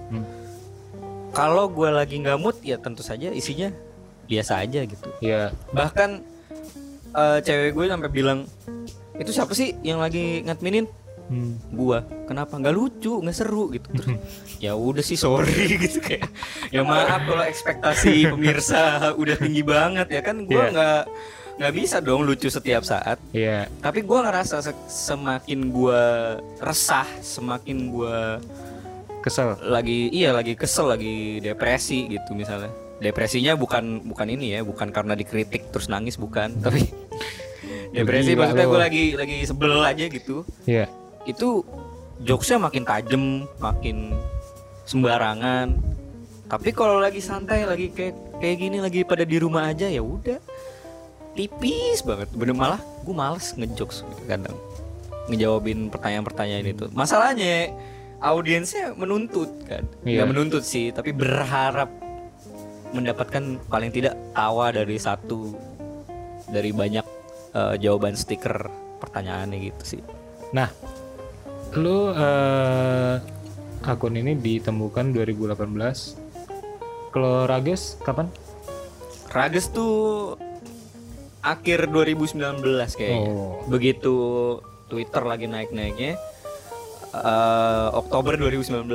kalau gua lagi nggak mood ya tentu saja isinya biasa aja gitu. Iya. Bahkan cewek gue sampai bilang, itu siapa sih yang lagi ngadminin? Gua. Kenapa? Nggak lucu, nggak seru gitu. Terus ya udah sih sorry gitu kayak. Ya maaf kalau ekspektasi pemirsa udah tinggi banget ya kan. Gua nggak bisa dong lucu setiap saat. Iya. Tapi gua ngerasa semakin gua resah, semakin gua Kesel. lagi kesel, lagi depresi gitu misalnya. Depresinya bukan ini ya, bukan karena dikritik terus nangis bukan, tapi depresi Gila maksudnya lo. gue lagi sebel aja gitu. Iya. Itu jokesnya makin tajam, makin sembarangan. Tapi kalau lagi santai, lagi kayak gini, lagi pada di rumah aja ya udah tipis banget. Bener malah gue males ngejokes gitu kadang, ngejawabin pertanyaan-pertanyaan itu. Masalahnya audiensnya menuntut kan, Iya. nggak menuntut sih, tapi berharap mendapatkan paling tidak tawa dari satu dari banyak jawaban stiker pertanyaannya gitu sih. Nah, lu akun ini ditemukan 2018. Kalau Rages kapan? Rages tuh akhir 2019 kayaknya. Oh. Begitu Twitter lagi naik-naiknya, Oktober 2019.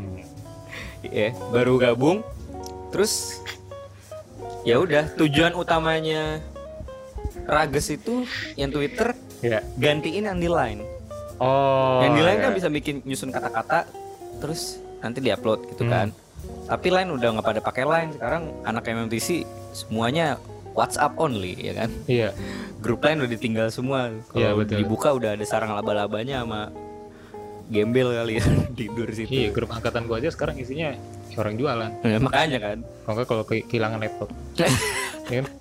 Iya, baru gabung. Terus ya udah, tujuan utamanya Rages itu yang Twitter gantiin yang di Line. Oh. Yang di Line kan bisa bikin nyusun kata-kata terus nanti diupload gitu kan. Tapi Line udah nggak pada pakai Line sekarang, anak MMTC semuanya WhatsApp only ya kan. Iya. Grup Line udah ditinggal semua. Kalau dibuka udah ada sarang laba-labanya sama gembel kali ya tidur situ. Iya, grup angkatan gua aja sekarang isinya orang jualan. Nah, makanya kan. Makanya kalau kehilangan laptop. Ya kan?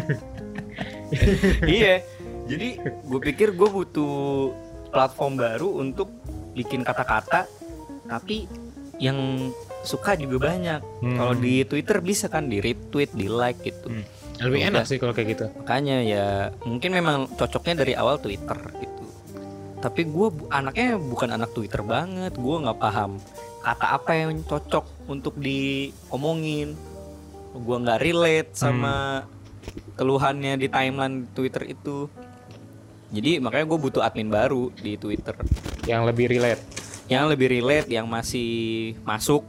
Iya. Jadi gue pikir gue butuh platform baru untuk bikin kata-kata, tapi yang suka juga banyak. Kalau di Twitter bisa kan di retweet, di like gitu. Lebih enak sih kalau kayak gitu. Makanya ya mungkin memang cocoknya dari awal Twitter gitu. Tapi gue anaknya bukan anak Twitter banget. Gue nggak paham kata apa yang cocok untuk diomongin. Gue nggak relate sama keluhannya di timeline Twitter itu. Jadi makanya gue butuh admin baru di Twitter yang lebih relate. Yang lebih relate, yang masih masuk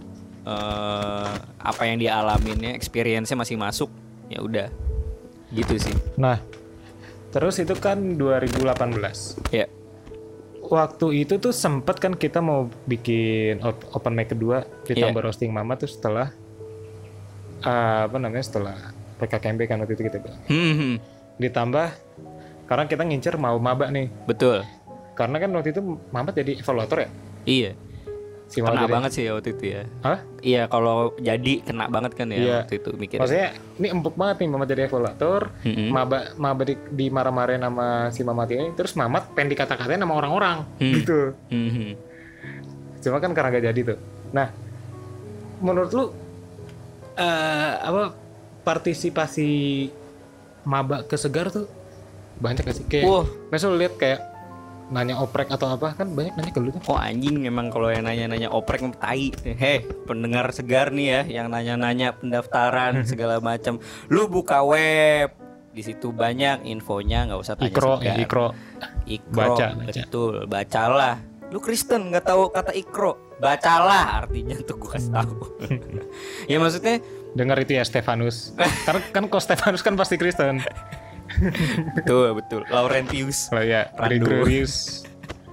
apa yang dia alaminnya, experience-nya masih masuk. Ya udah, gitu sih. Nah, terus itu kan 2018. Ya. Waktu itu tuh sempet kan kita mau bikin open mic kedua ditambah roasting mama tuh setelah setelah PKKMB kan waktu itu kita bilang. Ditambah karena kita ngincer mau maba nih. Betul. Karena kan waktu itu Mamat jadi evaluator ya? Iya. Si kena jadi... banget sih waktu itu ya. Hah? Iya, kalau jadi kena banget kan ya waktu itu mikirnya. Maksudnya ini empuk banget nih Mamat jadi evaluator, Maba di marah-marahin sama si Mamat ini, terus Mamat pengen dikata-katain sama orang-orang gitu. Cuma kan karena gak jadi tuh. Nah, menurut lu partisipasi Maba ke Segar tuh banyak gak sih? Kayak, misalnya lu lihat kayak nanya oprek atau apa kan banyak nanya ke lu tuh. Oh anjing, emang kalau yang nanya-nanya oprek tai. Heh, pendengar segar nih ya, yang nanya-nanya pendaftaran segala macam. Lu buka web, di situ banyak infonya, nggak usah tanya segar. Ikro. Baca. Betul, bacalah. Lu Kristen nggak tahu kata ikro, bacalah artinya tuh gua kasih tahu. Ya maksudnya dengar itu ya Stefanus. Karena kan kok Stefanus kan pasti Kristen. betul. Laurentius. Oh ya, Gregorius.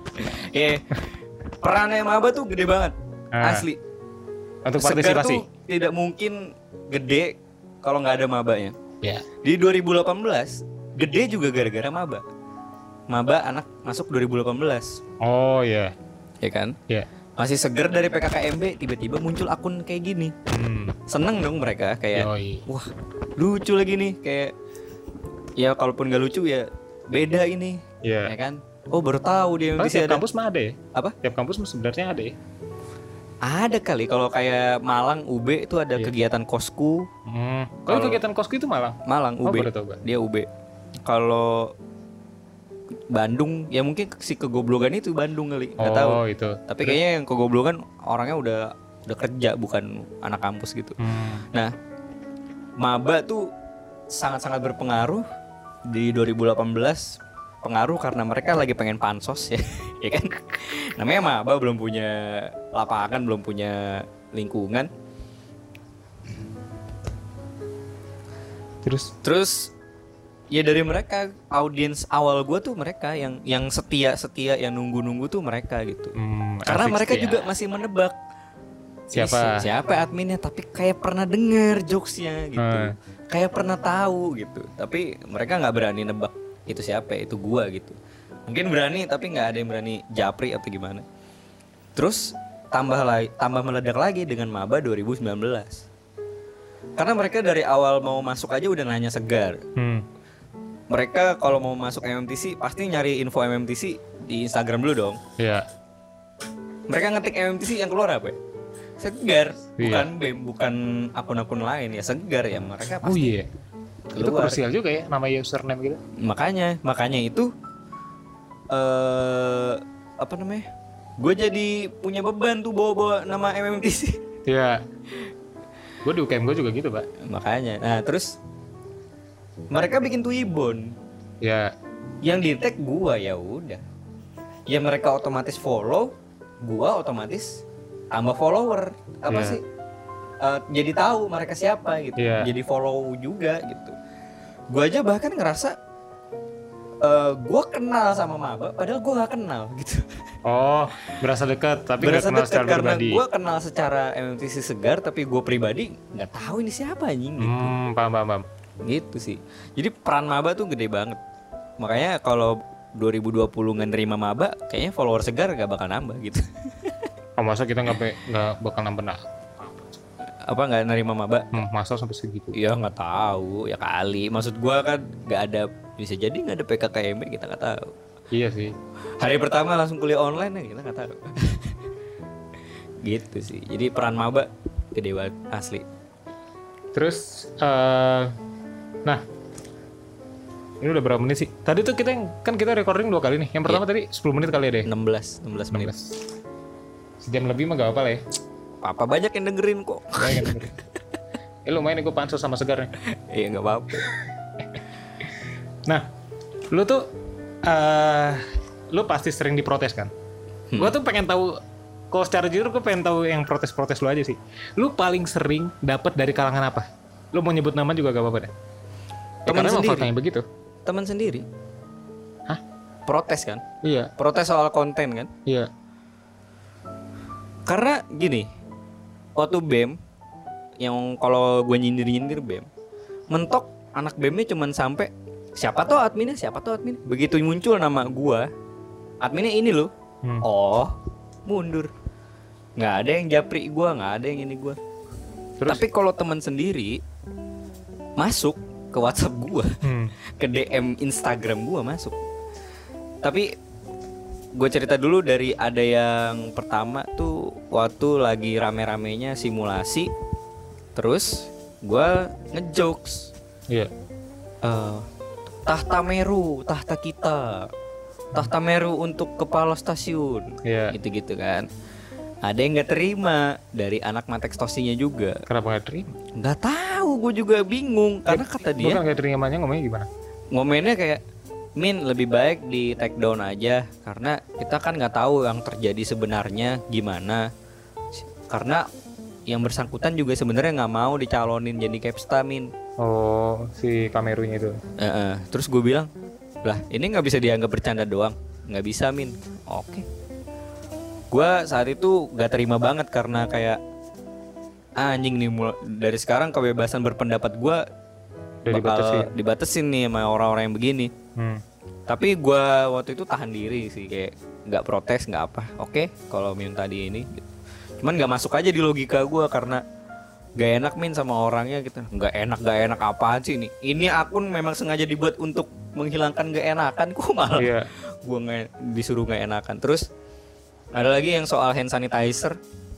Perannya maba tuh gede banget. Asli. Untuk Segar partisipasi. tuh tidak mungkin gede kalau nggak ada mabanya. Ya. Di 2018 gede juga gara-gara maba. Maba anak masuk 2018. Oh ya. Ya kan? Ya. Masih seger dari PKKMB, tiba-tiba muncul akun kayak gini. Seneng dong mereka kayak, wah lucu lagi nih, kayak ya kalaupun gak lucu ya beda ini, ya kan? Oh baru tahu dia. Tiap kampus mah ada ya? Apa? Tiap kampus sebenarnya ada ya? Ada kali, kalau kayak Malang UB itu ada kegiatan kosku. Kalau kegiatan kosku itu Malang? Malang UB, dia UB. Kalau Bandung ya mungkin si kegoblogan itu Bandung kali, nggak tahu. Oh itu. Tapi kayaknya yang kegoblogan orangnya udah kerja, bukan anak kampus gitu. Nah, maba tuh sangat-sangat berpengaruh di 2018. Pengaruh karena mereka lagi pengen pansos ya, ya kan? Namanya maba, belum punya lapangan, belum punya lingkungan. Terus ya dari mereka, audiens awal gue tuh mereka yang setia, yang nunggu tuh mereka gitu. Karena mereka juga masih menebak siapa adminnya, tapi kayak pernah denger jokesnya gitu, kayak pernah tahu gitu, tapi mereka nggak berani nebak itu siapa, itu gue gitu. Mungkin berani tapi nggak ada yang berani japri atau gimana. Terus tambah meledak lagi dengan maba 2019. Karena mereka dari awal mau masuk aja udah nanya segar. Mereka kalau mau masuk MMTC pasti nyari info MMTC di Instagram dulu dong. Iya. Mereka ngetik MMTC, yang keluar apa ya? Segar, bukan BEM, bukan akun-akun lain ya, segar ya. Mereka pasti. Oh iya. Keluar. Itu krusial juga ya nama username gitu. Makanya itu apa namanya? Gue jadi punya beban tuh bawa nama MMTC. Iya. Gue di UKM gue juga gitu, Pak. Makanya. Nah, terus mereka bikin Twibbon. Ya. Yang di tag gua, ya udah. Ya mereka otomatis follow, gua otomatis tambah follower. Apa sih? Jadi tahu mereka siapa gitu. Jadi follow juga gitu. Gua aja bahkan ngerasa gua kenal sama maba padahal gua gak kenal gitu. Oh, berasa dekat tapi gak kenal secara karena pribadi. Gua kenal secara MMTC segar, tapi gua pribadi gak tahu ini siapa anjing gitu. Paham. Gitu sih. Jadi peran maba tuh gede banget. Makanya kalau 2020 nggak nerima maba, kayaknya follower segar gak bakal nambah gitu. Oh, masa kita nggak bakal nambah? Apa nggak nerima maba? Masa sampai segitu? Ya nggak tahu ya kali. Maksud gua kan nggak ada, bisa jadi nggak ada PKKMB, kita nggak tahu. Iya sih. Hari pertama langsung kuliah online ya, kita nggak tahu. Gitu sih. Jadi peran maba gede banget asli. Terus nah, ini udah berapa menit sih? Tadi tuh kita recording 2 kali nih. Yang pertama tadi 10 menit kali ya deh. 16 menit. Sejam lebih mah gak apa lah ya. Apa banyak yang dengerin kok. Banyak yang dengerin. Lumayan nih gue pansos sama segar nih. Iya gak apa-apa. Nah, lu tuh lu pasti sering diprotes kan? Gue tuh pengen tahu, kalau secara jujur gue pengen tahu yang protes-protes lu aja sih. Lu paling sering dapat dari kalangan apa? Lu mau nyebut nama juga gak apa-apa deh. Teman sendiri. Faktanya begitu. Teman sendiri. Hah? Protes kan? Iya. Protes soal konten kan? Iya. Karena gini, waktu BEM, yang kalau gue nyindir BEM, mentok anak BEM-nya cuman sampai siapa tuh adminnya. Begitu muncul nama gue, adminnya ini loh. Oh, mundur. Nggak ada yang japri gue, nggak ada yang ini gue. Tapi kalau teman sendiri masuk ke WhatsApp gue, ke DM Instagram gue masuk. Tapi gue cerita dulu dari ada yang pertama tuh waktu lagi rame-ramenya simulasi, terus gue ngejokes. Iya. Tahta Meru, tahta kita. tahta meru untuk kepala stasiun, gitu-gitu kan. Ada yang nggak terima dari anak Matex Tosinya juga. Kenapa nggak terima? Nggak tahu, gue juga bingung. Karena kata dia, bukan nggak terimanya, ngomongnya gimana? Ngomennya kayak, Min, lebih baik di take down aja, karena kita kan nggak tahu yang terjadi sebenarnya gimana. Karena yang bersangkutan juga sebenarnya nggak mau dicalonin jadi Capsta, Min. Oh, si Kamerunya itu. Terus gue bilang, lah ini nggak bisa dianggap bercanda doang. Nggak bisa, Min. Oke. Gue saat itu gak terima banget karena kayak anjing nih, dari sekarang kebebasan berpendapat gue bakal dibatesin nih sama orang-orang yang begini. Tapi gue waktu itu tahan diri sih, kayak nggak protes, nggak apa. Oke, kalau Min tadi ini gitu. Cuman nggak masuk aja di logika gue karena gak enak, Min, sama orangnya gitu. Gak enak apaan sih ini? Ini akun memang sengaja dibuat untuk menghilangkan gak enakan. Kok malah gue disuruh gak enakan. Terus ada lagi yang soal hand sanitizer.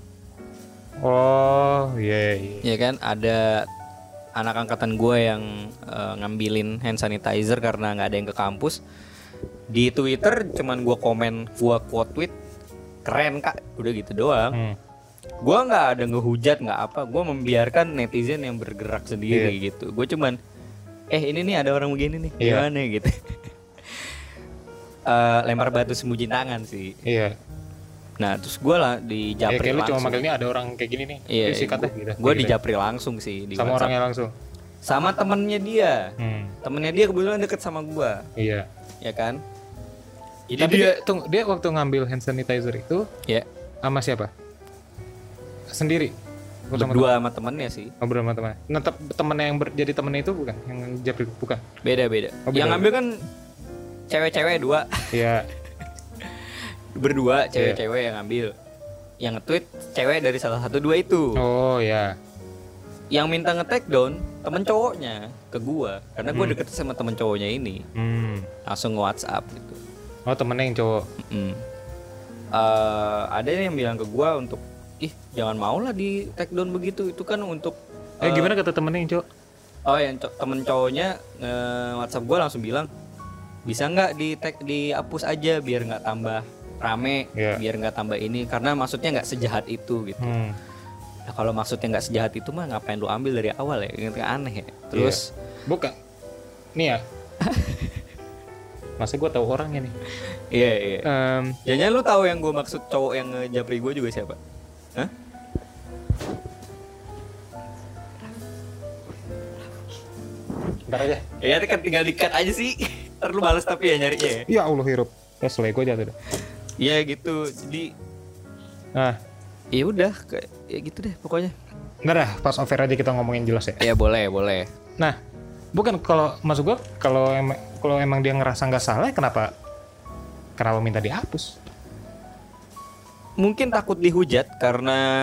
Oh iya. Ya kan, ada anak angkatan gue yang ngambilin hand sanitizer karena nggak ada yang ke kampus. Di Twitter cuman gue komen, gue quote tweet, keren kak, udah gitu doang. Gue nggak ada ngehujat, nggak apa. Gue membiarkan netizen yang bergerak sendiri gitu. Gue cuman, ini nih ada orang begini nih, gimana gitu. Lempar batu sembunyi tangan sih. Iya. Nah terus gue lah di japri langsung. Lu cuma manggil ini ada orang kayak gini nih. Iya. Gue di japri langsung sih di sama WhatsApp. Orangnya langsung. Sama temennya dia. Temennya dia kebetulan deket sama gue. Iya. Ya kan. Jadi dia waktu ngambil hand sanitizer itu. Iya. Sama siapa? Sendiri. Berdua sama temennya sih. Oh, berdua sama temennya. Nah, temennya yang jadi temennya itu bukan yang japri, bukan. Beda. Oh, yang ngambil kan cewek-cewek 2. Iya. Berdua cewek-cewek yang ngambil. Yang nge-tweet cewek dari salah satu 2 itu. Oh ya. Yang minta nge-take down temen cowoknya ke gua karena gua deket sama temen cowoknya ini. Langsung nge-WhatsApp gitu. Oh, temennya yang cowok. Ada yang bilang ke gua untuk jangan mau lah di take down begitu, itu kan untuk gimana kata temennya yang cowok? Oh, yang temen cowoknya WhatsApp gua langsung bilang, bisa nggak dihapus aja biar nggak tambah rame, biar nggak tambah ini, karena maksudnya nggak sejahat itu gitu. Nah, kalau maksudnya nggak sejahat itu mah ngapain lu ambil dari awal ya? Gitu, aneh ya. Terus bukan nih ya. Masa gue tahu orangnya nih. Iya. Jangan lu tahu yang gue maksud cowok yang ngejapri gue juga siapa? Hah? Ntar aja. Ya kan tinggal di-cut aja sih. Ntar lu balas tapi ya nyarinya ya. Ya Allah hirup. Ya selesai gue jatuh deh. Iya gitu. Jadi ya udah kayak ya gitu deh pokoknya. Ntar dah pas over aja kita ngomongin jelas ya. Iya boleh. Nah, bukan kalau maksud gue kalau emang dia ngerasa nggak salah, kenapa minta dihapus? Mungkin takut dihujat karena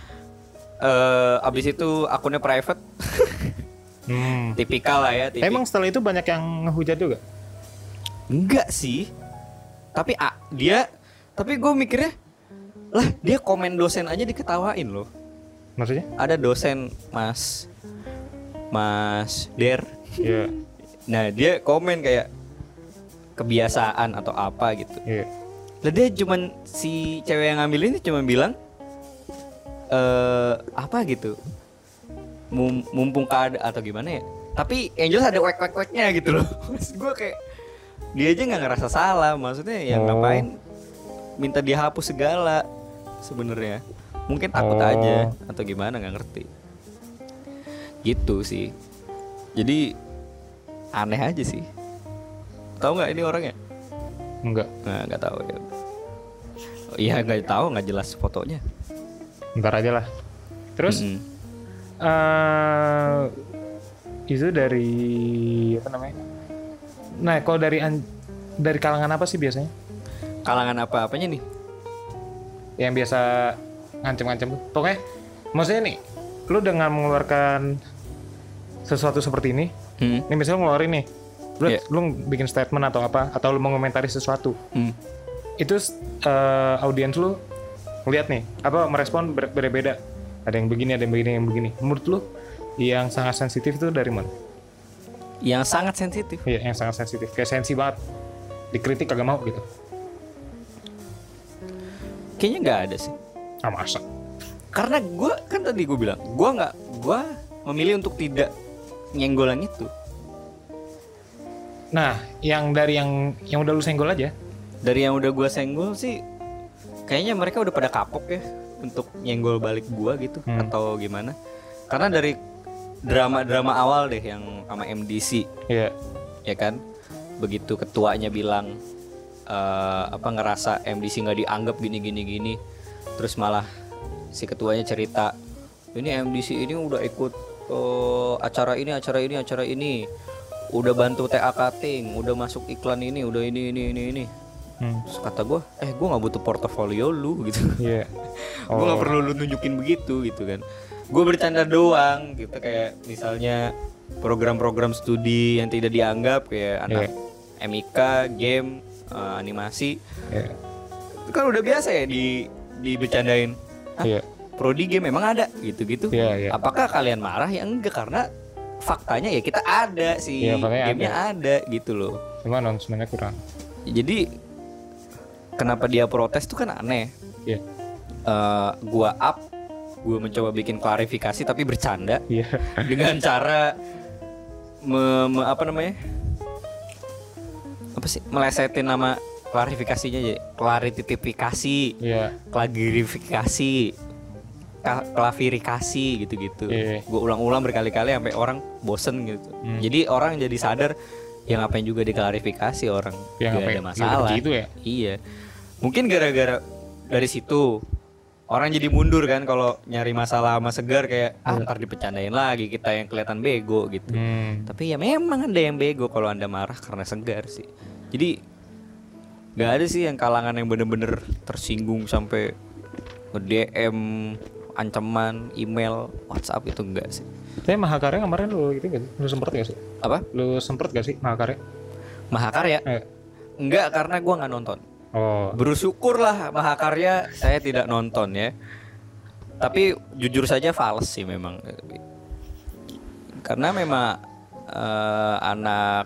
abis itu akunnya private. Tipikal lah ya. Emang setelah itu banyak yang ngehujat juga? Enggak sih. Tapi gue mikirnya lah dia komen dosen aja diketawain loh. Maksudnya? Ada dosen Mas Der. Iya. Nah dia komen kayak kebiasaan atau apa gitu. Iya. Lah dia cuman si cewek yang ngambil ini cuma bilang apa gitu. Mumpung keadaan atau gimana ya. Tapi yang jelas ada wek-wek-weknya gitu loh. Maksud gue kayak dia aja nggak ngerasa salah, maksudnya yang ngapain minta dihapus segala sebenarnya. Mungkin takut aja atau gimana, nggak ngerti. Gitu sih. Jadi aneh aja sih. Tahu nggak ini orangnya? Enggak. Nah, nggak tahu ya. Iya nggak tahu, nggak jelas fotonya. Ntar aja lah. Terus itu dari apa namanya? Nah, kalau dari kalangan apa sih biasanya? Kalangan apanya nih? Yang biasa ngancem-ngancem tuh. Pokoknya maksudnya nih, lu dengan mengeluarkan sesuatu seperti ini, ini misalnya lu ngeluarin nih, lu bikin statement atau apa, atau lu mengomentari sesuatu, itu audiens lu lihat nih, apa merespon berbeda. Ada yang begini, ada yang begini, yang begini. Menurut lu yang sangat sensitif itu dari mana? Yang sangat sensitif? Iya, yang sangat sensitif, kayak sensi banget. dikritik kagak mau gitu. Kayaknya nggak ada sih. Masa? Karena gue kan tadi gue bilang, gue memilih untuk tidak nyenggol yang itu. Nah, yang dari yang udah lu senggol aja. Dari yang udah gue senggol sih, kayaknya mereka udah pada kapok ya untuk nyenggol balik gue gitu, atau gimana? Karena dari drama awal deh yang sama MDC, ya kan, begitu ketuanya bilang ngerasa MDC nggak dianggap gini, terus malah si ketuanya cerita, ini MDC ini udah ikut acara ini, udah bantu TA cutting, udah masuk iklan ini, udah ini. Terus kata gue, gue nggak butuh portofolio lu gitu. Gue nggak perlu lu nunjukin begitu gitu kan. Gue bercanda doang gitu, kayak misalnya program-program studi yang tidak dianggap kayak anak MIK, game, animasi, itu kan udah biasa ya dibecandain. Prodi game memang ada gitu-gitu. Apakah kalian marah? Ya enggak, karena faktanya ya kita ada sih, gamenya ada gitu loh. Cuma announcementnya kurang. Jadi kenapa dia protes tuh kan aneh. Gua mencoba bikin klarifikasi tapi bercanda dengan cara melesetin nama klarifikasinya aja, klarifikasi, klarifikasi gitu-gitu. Gue ulang-ulang berkali-kali sampai orang bosen gitu. Jadi orang jadi sadar, ya ngapain juga diklarifikasi, orang gak ada masalah. Gitu ya? Iya. Mungkin gara-gara dari situ orang jadi mundur kan kalau nyari masalah sama Segar, kayak ntar dipecandain lagi kita yang kelihatan bego gitu. Tapi ya memang ada yang bego kalau Anda marah karena Segar sih. Jadi gak ada sih yang kalangan yang bener-bener tersinggung sampai nge-DM, ancaman, email, WhatsApp, itu enggak sih. Tapi Mahakarya kemarin lu gitu gak sih? Lu sempet gak sih? Apa? Lu sempet gak sih Mahakarya? Mahakarya? Enggak, karena gua gak nonton. Bersyukurlah Mahakarya saya tidak nonton ya. Tapi jujur saja fals sih memang. Karena memang anak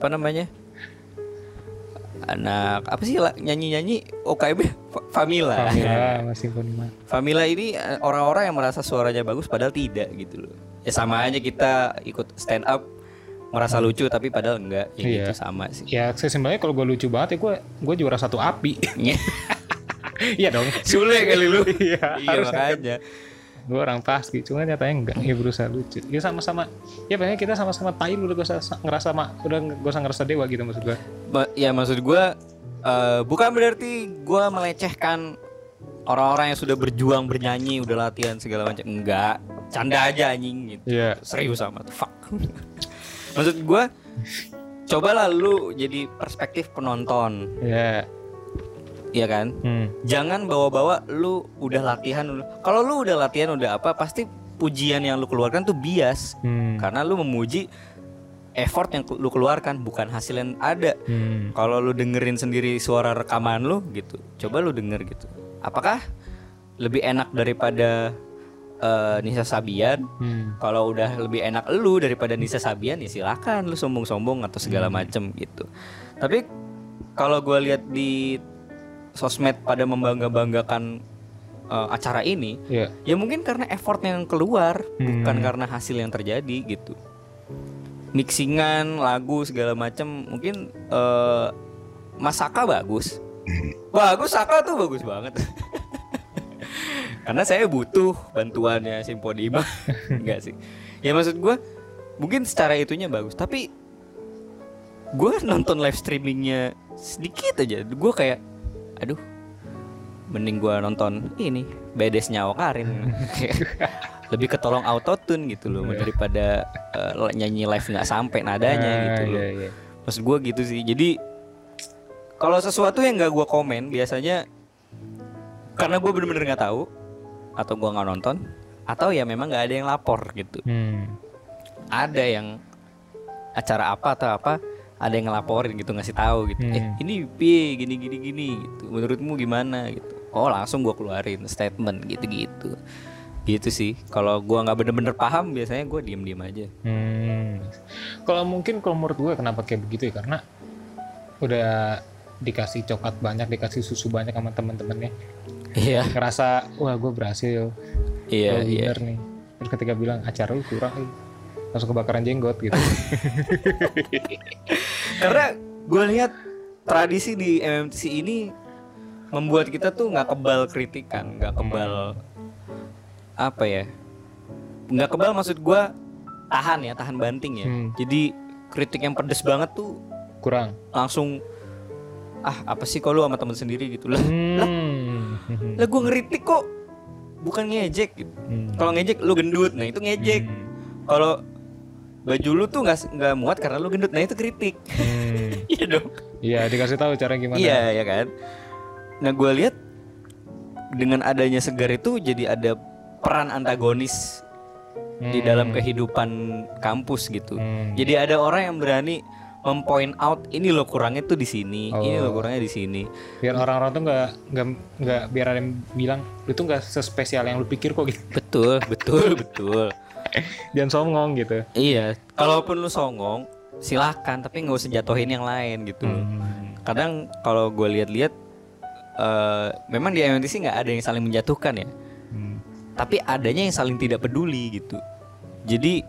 nyanyi OKB Famila masih Famila ini orang-orang yang merasa suaranya bagus padahal tidak gitu loh. Ya sama aja kita ikut stand up merasa lucu tapi padahal enggak, ya gitu sama sih. Ya sesimpelnya kalau gue lucu banget ya gue juara satu api. Iya dong. Sule kali lu. Iya makanya. Gue orang pasti, cuma nyatanya enggak. Ya berusaha lucu. Ya sama-sama. Ya banyak kita sama-sama tai, udah gak usah ngerasa dewa gitu maksud gue. Ya maksud gue bukan berarti gue melecehkan orang-orang yang sudah berjuang bernyanyi, udah latihan segala macam. Enggak, canda aja anjing gitu. Serius amat. Fuck. Maksud gue, cobalah lu jadi perspektif penonton. Iya kan? Jangan bawa-bawa lu udah latihan. Kalau lu udah latihan udah apa, pasti pujian yang lu keluarkan tuh bias. Karena lu memuji effort yang lu keluarkan, bukan hasil yang ada. Kalau lu dengerin sendiri suara rekaman lu gitu, coba lu denger gitu. Apakah lebih enak daripada Nisa Sabian? Kalau udah lebih enak lu daripada Nisa Sabian, ya silakan lu sombong-sombong atau segala macem gitu. Tapi kalau gue lihat di sosmed pada membangga-banggakan acara ini, ya mungkin karena effort yang keluar, bukan karena hasil yang terjadi gitu. Mixingan lagu segala macam, mungkin Mas Saka bagus, Saka tuh bagus banget. Karena saya butuh bantuannya Simponima. Enggak sih. Ya maksud gue, mungkin secara itunya bagus, tapi gue nonton live streamingnya sedikit aja, gue kayak, aduh, mending gue nonton ini bedesnya Awkarin. Lebih ketolong autotune gitu loh, daripada nyanyi live nggak sampai nadanya gitu loh. Maksud gue gitu sih. Jadi kalau sesuatu yang nggak gue komen biasanya karena gue bener-bener nggak tahu, atau gue nggak nonton, atau ya memang nggak ada yang lapor gitu. Ada yang acara apa atau apa, ada yang ngelaporin gitu, ngasih tahu gitu. Ini gini gitu. Menurutmu gimana gitu? Oh, langsung gue keluarin statement gitu. Gitu sih. Kalau gue nggak bener-bener paham, biasanya gue diem aja. Kalau menurut gue kenapa kayak begitu ya, karena udah dikasih coklat banyak, dikasih susu banyak sama teman-temannya, Iya. ngerasa wah gue berhasil, Iya, gue iya. winner nih. Terus ketika bilang acara lu kurang, langsung kebakaran jenggot gitu. Karena gue lihat tradisi di MMTC ini membuat kita tuh nggak kebal kritikan, nggak kebal apa ya, nggak kebal maksud gue tahan banting ya. Jadi kritik yang pedes banget tuh Kurang. langsung apa sih kalau lu sama temen sendiri gitu lah. Lah gue ngeritik kok bukan ngejek gitu. Kalau ngejek lu gendut, nah itu ngejek. Kalau baju lu tuh nggak muat karena lu gendut, nah itu kritik. Iya dong. Iya, dikasih tahu cara gimana. Iya ya kan. Nah gue lihat dengan adanya Segar itu jadi ada peran antagonis di dalam kehidupan kampus gitu. Jadi ada orang yang berani mempoint out ini lo kurangnya tuh di sini, ini lo kurangnya di sini. Biar orang-orang tuh nggak biar ada yang bilang lu tuh nggak sespesial yang lu pikir kok gitu. Betul. Jangan songong gitu. Iya, kalaupun lu songong silahkan, tapi nggak usah jatuhin yang lain gitu. Kadang kalau gue lihat-lihat memang di MMTC nggak ada yang saling menjatuhkan ya, tapi adanya yang saling tidak peduli gitu. Jadi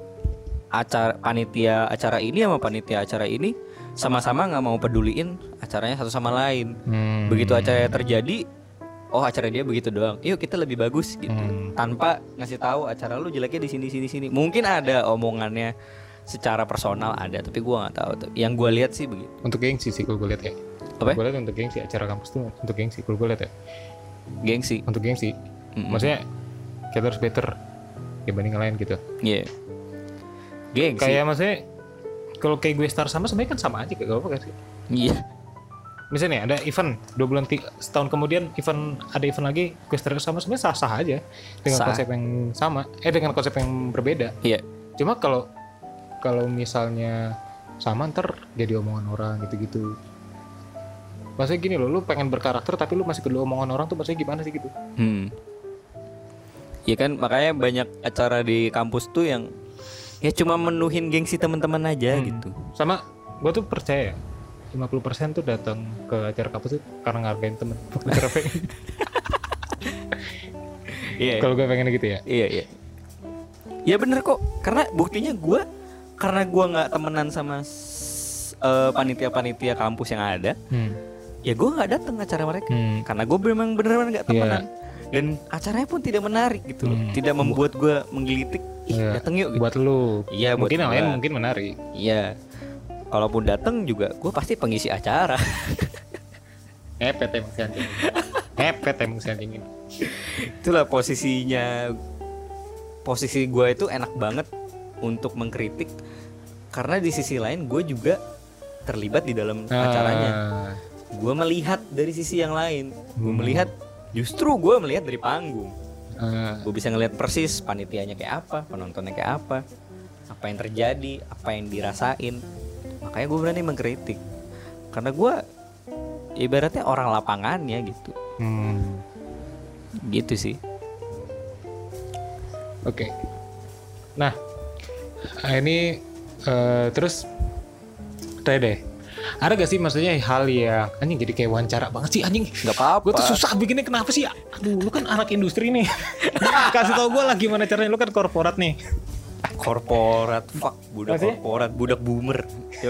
panitia acara ini sama panitia acara ini sama-sama nggak mau peduliin acaranya satu sama lain. Begitu acaranya terjadi, acara dia begitu doang, yuk kita lebih bagus gitu, tanpa ngasih tahu acara lu jeleknya di sini. Mungkin ada omongannya secara personal ada, tapi gue nggak tahu. Yang gue lihat sih begitu. Untuk gengsi sih kalau gue lihat ya. Apa? Gue lihat untuk gengsi, acara kampus tuh untuk gengsi kalau gue lihat ya. Gengsi. Untuk gengsi. Maksudnya kita harus better dibanding yang lain gitu. Iya. Yeah. Gengsi. Kayak maksudnya kalau kayak gue star sama sebenarnya kan sama aja, gak apa-apa kan sih. Iya. Misalnya ada event 2 bulan setahun kemudian ada event lagi, gue star sama sebenarnya sah-sah aja dengan konsep yang sama, dengan konsep yang berbeda. Iya. Cuma kalau misalnya sama ntar jadi omongan orang gitu-gitu. Maksudnya gini loh, lu pengen berkarakter tapi lu masih peduli omongan orang tuh maksudnya gimana sih gitu? Iya kan, makanya banyak acara di kampus tuh yang ya cuma menuhin gengsi teman-teman aja gitu. Sama gue tuh percaya 50% tuh datang ke acara kampus tuh karena ngargain temen. Iya. Kalau gue pengen gitu ya. Iya. Ya bener kok, karena buktinya karena gue nggak temenan sama panitia-panitia kampus yang ada, ya gue nggak datang acara mereka karena gue memang beneran nggak temenan. Dan acaranya pun tidak menarik gitu loh, tidak membuat gue menggelitik. Datang yuk gitu. Buat lu. Iya, mungkin yang lain gua. mungkin menarik. Iya. Kalaupun datang juga gue pasti pengisi acara. Ngepet emang si anjing ini. Itulah posisi gue itu enak banget untuk mengkritik, karena di sisi lain gue juga terlibat di dalam acaranya. Gue melihat dari sisi yang lain. Gue melihat dari panggung. Gue bisa ngelihat persis panitianya kayak apa, penontonnya kayak apa yang terjadi, apa yang dirasain. Makanya gue berani mengkritik, karena gue ibaratnya orang lapangannya gitu. Gitu sih. Oke. Nah, ini terus tanya deh, ada gak sih maksudnya hal yang anjing jadi kayak wawancara banget sih anjing? Gak apa-apa. Gue tuh susah bikinnya, kenapa sih? Aduh, lu kan anak industri nih. Kasih tau gue lah gimana caranya, lu kan korporat nih. Korporat, fuck, budak maksudnya? Korporat, budak boomer.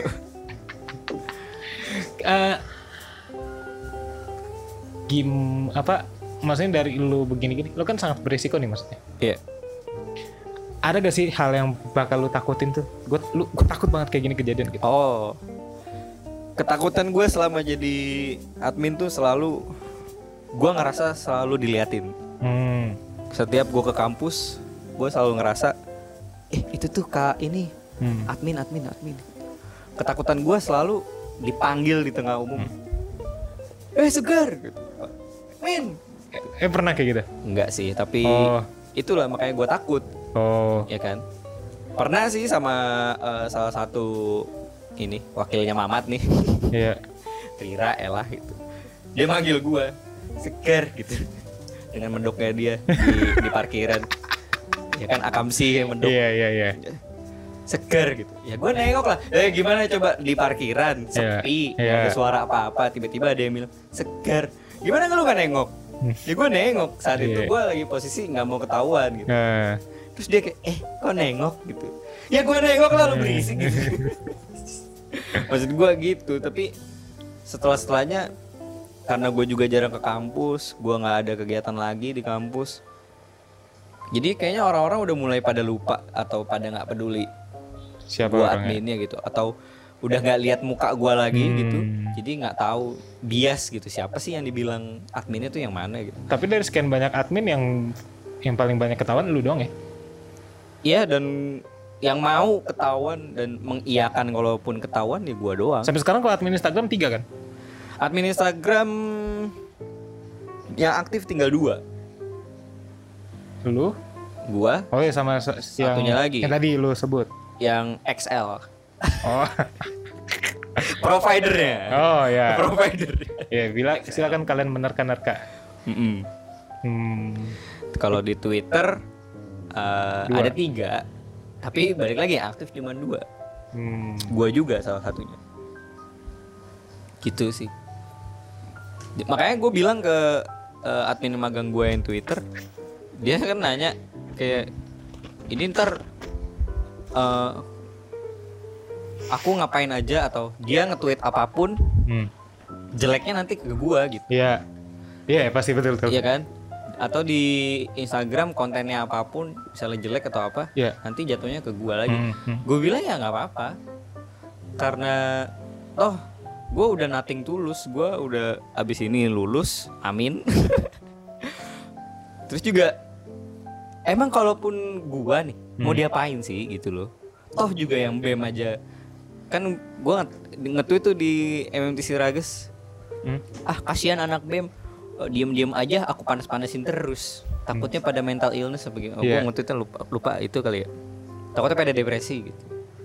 Maksudnya dari lu begini-gini, lu kan sangat berisiko nih maksudnya. Iya. Ada gak sih hal yang bakal lu takutin tuh? Gue takut banget kayak gini kejadian gitu. Ketakutan gue selama jadi admin tuh selalu, gue ngerasa selalu diliatin. Setiap gue ke kampus, gue selalu ngerasa, itu tuh ini admin. Ketakutan gue selalu dipanggil di tengah umum. Segar, Min. Pernah kayak gitu? Enggak sih, tapi itulah makanya gue takut. Ya kan. Pernah sih sama salah satu wakilnya Mamat nih. Iya. Rira Elah gitu. Dia manggil gue Segar gitu. Dengan mendoknya dia di parkiran. Ya kan Akamsi yang mendok. Iya. segar gitu. Ya gue nengok lah. Gimana coba di parkiran sepi, nggak ada suara apa-apa, tiba-tiba ada yang bilang segar. Gimana lu nggak nengok? Ya gue nengok. Saat itu gue lagi posisi nggak mau ketahuan gitu. Terus dia kayak, kok nengok gitu? Ya gue nengok lah, lu berisik gitu. Maksud gue gitu. Tapi setelahnya karena gue juga jarang ke kampus, gue nggak ada kegiatan lagi di kampus. Jadi kayaknya orang-orang udah mulai pada lupa atau pada nggak peduli siapa gue adminnya gitu, atau udah nggak lihat muka gue lagi gitu. Jadi nggak tahu bias gitu, siapa sih yang dibilang adminnya tuh yang mana gitu. Tapi dari sekian banyak admin yang paling banyak ketahuan lu doang ya? Iya, dan yang mau ketahuan dan mengiyakan kalaupun ketahuan ya gue doang. Sampai sekarang kalau admin Instagram 3 kan? Admin Instagram yang aktif tinggal 2. Lu? Gua. Oh ya, sama satunya lagi. Yang tadi lu sebut. Yang XL. Oh. Providernya. Oh ya. Provider. Ya, silakan kalian menerka-nerka. Kalau di Twitter ada 3, tapi balik lagi yang aktif cuma 2. Gua juga salah satunya. Gitu sih. Makanya gue bilang ke admin magang gue yang Twitter, dia kan nanya kayak, ini ntar aku ngapain aja, atau dia nge-tweet apapun jeleknya nanti ke gue gitu. Iya. Iya, pasti betul. Iya kan? Atau di Instagram kontennya apapun misalnya jelek atau apa, nanti jatuhnya ke gue lagi. Gue bilang ya nggak apa-apa, karena gue udah nothing tulus, gue udah abis ini lulus, amin. Terus juga emang kalaupun gue nih mau diapain sih gitu loh, toh juga yang BEM aja kan, gue nge-tweet tuh di MMTC Rages, kasihan anak BEM, diem-diem aja aku panas-panasin terus, takutnya pada mental illness apa gitu. Gue nge-tweetnya lupa itu kali ya, takutnya pada depresi gitu.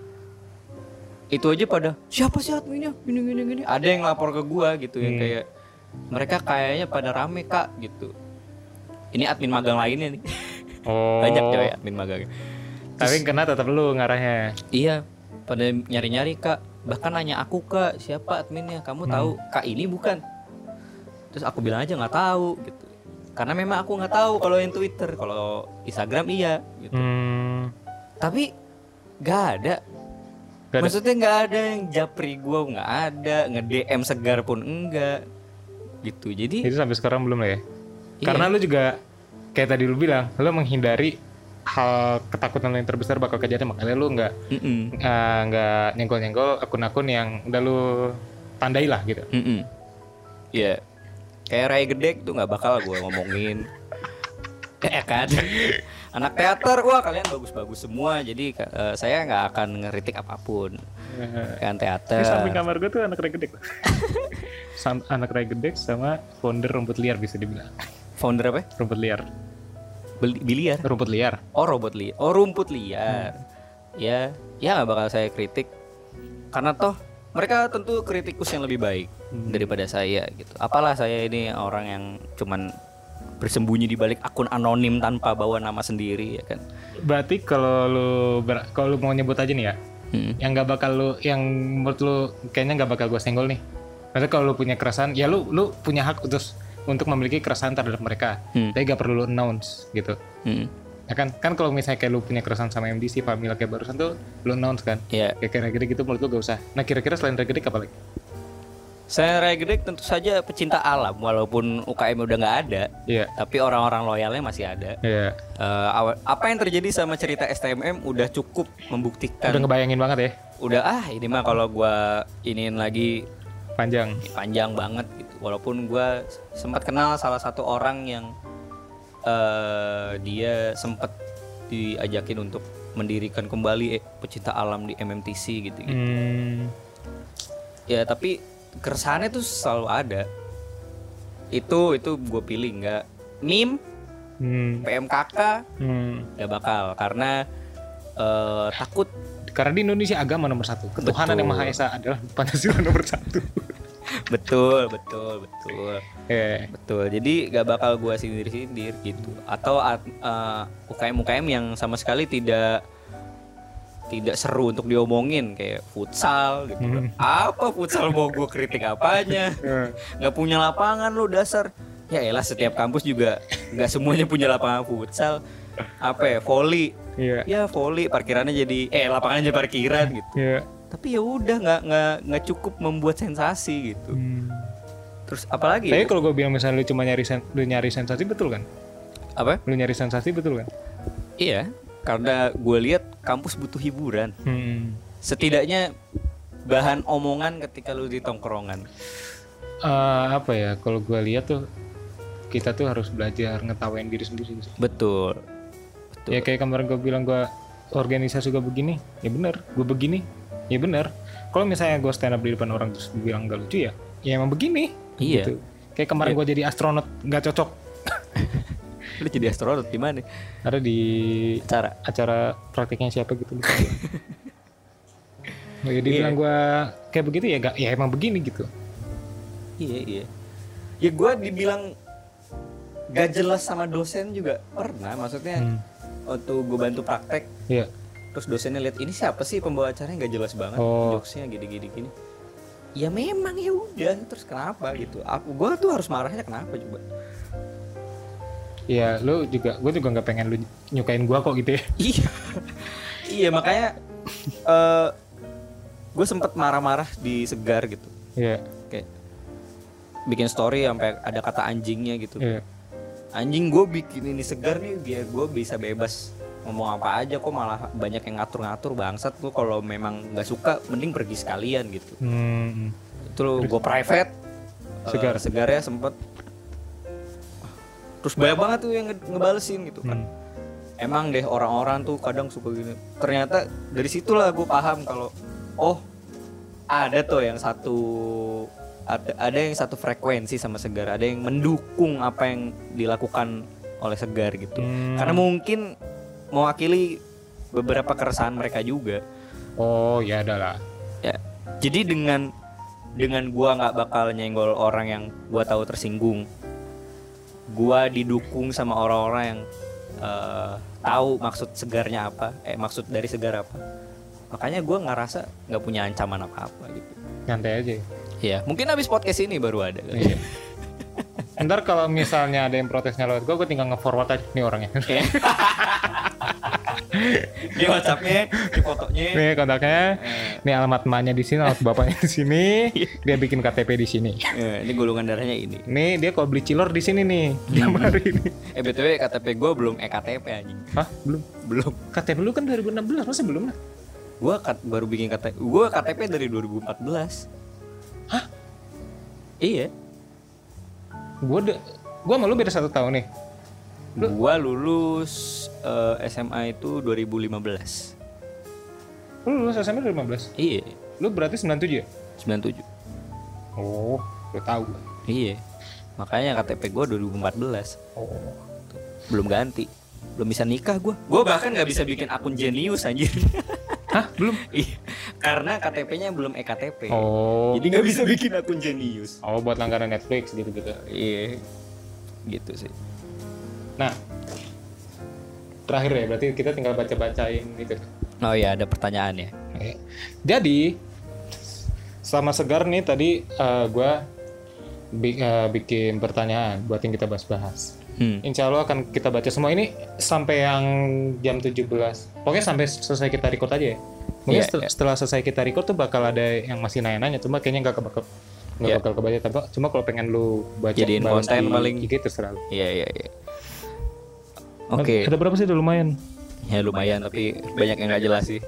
Itu aja pada siapa sih adminnya gini. Ada yang lapor ke gua gitu, yang kayak mereka kayaknya pada rame kak gitu. Ini admin magang lainnya nih. Banyak cewek admin magang. Tapi kena tetap lu ngarahnya. Iya, pada nyari-nyari kak. Bahkan nanya aku, kak siapa adminnya, kamu tahu kak ini bukan? Terus aku bilang aja nggak tahu gitu. Karena memang aku nggak tahu kalau yang Twitter, kalau Instagram iya gitu. Tapi nggak ada. Maksudnya nggak ada yang japri gue, nggak ada, nge-DM segar pun enggak gitu. Jadi itu sampai sekarang belum lah ya. Iya. Karena lu juga kayak tadi lu bilang, lu menghindari hal ketakutan lu yang terbesar bakal kejadian, makanya lu nggak nyenggol-nyenggol akun-akun yang udah lu tandai lah gitu. Iya. Kayak Ray Gedek tuh nggak bakal gue ngomongin. Kayak kan. Anak teater, wah kalian bagus-bagus semua, jadi saya nggak akan ngeritik apapun. Kan teater. Di samping kamar gue tuh anak regedek. Anak regedek sama founder rumput liar bisa dibilang. Founder apa? Rumput liar. Biliar. Rumput liar. Oh rumput liar. Oh rumput liar. Ya nggak bakal saya kritik. Karena toh mereka tentu kritikus yang lebih baik daripada saya gitu. Apalah saya ini orang yang cuman bersembunyi di balik akun anonim tanpa bawa nama sendiri ya kan. Berarti kalau lu mau nyebut aja nih ya, yang nggak bakal yang menurut lu kayaknya nggak bakal gue senggol nih. Berarti kalau lu punya keresahan, ya lu punya hak untuk memiliki keresahan terhadap mereka. Tapi nggak perlu lu announce gitu. Ya kan kalau misalnya kayak lu punya keresahan sama MDC Famila kayak barusan tuh lu announce kan. Kayak kira-kira gitu menurut lu gak usah. Nah kira-kira selain regedek apa lagi? Saya regedek tentu saja pecinta alam, walaupun UKM udah nggak ada, tapi orang-orang loyalnya masih ada. Apa yang terjadi sama cerita STMM udah cukup membuktikan. Udah ngebayangin banget ya. Udah ini mah kalau gue iniin lagi panjang banget gitu. Walaupun gue sempat kenal salah satu orang yang dia sempat diajakin untuk mendirikan kembali pecinta alam di MMTC gitu. Ya tapi keresahannya tuh selalu ada. Itu gue pilih nggak NIM, PMKK, nggak bakal, karena takut. Karena di Indonesia agama nomor 1, ketuhanan yang Maha Esa adalah Pancasila nomor 1. betul. Jadi nggak bakal gue sindir gitu. Atau UKM yang sama sekali tidak tidak seru untuk diomongin kayak futsal gitu. Apa futsal mau gue kritik apanya? Nggak punya lapangan lu dasar. Ya elah setiap kampus juga nggak semuanya punya lapangan futsal. Apa ya, volley. Ya volley parkirannya jadi lapangannya jadi parkiran gitu. Tapi ya udah nggak cukup membuat sensasi gitu. Terus apalagi? Tapi kalau gue bilang misalnya lu cuma nyari sensasi, betul kan? Apa? Lu nyari sensasi, betul kan? Iya, karena gue lihat kampus butuh hiburan. Setidaknya bahan omongan ketika lu di tongkrongan. Apa ya? Kalau gue lihat tuh kita tuh harus belajar ngetawain diri sendiri. Betul. Ya kayak kemarin gue bilang gue organisasi gue begini, ya benar. Gue begini, ya benar. Kalau misalnya gue stand up di depan orang terus bilang gak lucu ya emang begini. Iya. Gitu. Kayak kemarin gue jadi astronot nggak cocok. Lu jadi astronot di mana? Ada di acara praktiknya siapa gitu. Jadi bilang gue kayak begitu ya emang begini gitu. Iya. Ya gue dibilang gak jelas sama dosen juga pernah, maksudnya waktu gue bantu praktek. Iya. Terus dosennya lihat ini siapa sih pembawa acaranya, gak jelas banget jokesnya gini. Ya memang ya udah, terus kenapa gitu? Gue tuh harus marahnya kenapa coba? Iya, gue juga nggak pengen lu nyukain gue kok gitu ya. Iya makanya gue sempet marah-marah di Segar gitu. Iya. Kayak bikin story sampai ada kata anjingnya gitu. Iya. Anjing, gue bikin ini Segar nih biar gue bisa bebas ngomong apa aja, kok malah banyak yang ngatur-ngatur, bangsat lu. Kalau memang nggak suka mending pergi sekalian gitu. Itu lo gue private Segar ya sempet. Terus banyak banget tuh yang ngebalesin gitu kan. Emang deh orang-orang tuh kadang suka gini. Ternyata dari situlah gue paham kalau ada tuh yang ada yang satu frekuensi sama Segar, ada yang mendukung apa yang dilakukan oleh Segar gitu. Karena mungkin mewakili beberapa keresahan mereka juga. Oh ya adalah. Ya. Jadi dengan gua nggak bakal nyenggol orang yang gua tahu tersinggung. Gua didukung sama orang-orang yang tahu maksud Segarnya apa, maksud dari Segar apa. Makanya gua ngerasa nggak punya ancaman apa-apa gitu. Nyantai aja. Iya, mungkin habis podcast ini baru ada. Iya. Ntar kalau misalnya ada yang protesnya lewat gue tinggal nge-forward aja nih orangnya. Ini WhatsApp-nya, ini fotonya, nih kontaknya, nih alamat emaknya di sini, alamat bapaknya di sini, dia bikin KTP di sini. Ini golongan darahnya ini. Nih dia kalau beli cilor di sini nih, gambar ini. BTW KTP gue belum KTP anjing. Hah? Belum. KTP lu kan 2016, masa belum lah? Gue baru bikin KTP. Gue KTP dari 2014. Hah? Iya. Gue sama lu beda 1 tahun nih. Gue lulus SMA itu 2015. Lu lulus SMA 2015? Iya. Lu berarti 97 ya? 97. Oh, lu tahu. Iya. Makanya KTP gue 2014. Belum ganti. Belum bisa nikah gue. Gue bahkan nggak bisa bikin akun Jenius anjir. Hah? Belum? Iya. Karena KTP-nya belum eKTP. Jadi nggak bisa bikin akun Jenius. Buat langganan Netflix gitu-gitu. Iya. Gitu sih. Nah, terakhir ya, berarti kita tinggal baca-bacain gitu. Oh iya, ada pertanyaan ya. Jadi, sama Segar nih tadi gue bikin pertanyaan buat yang kita bahas-bahas. Insya Allah akan kita baca semua ini sampai yang jam 17. Pokoknya sampai selesai kita record aja ya. Mungkin setelah selesai kita record tuh bakal ada yang masih nanya-nanya, cuma kayaknya nggak bakal kebaca. Cuma kalau pengen lu baca jadiin konten paling IG terserah lu. Iya. Oke. Ada berapa sih? Udah lumayan. Ya lumayan, tapi banyak yang nggak jelas sih.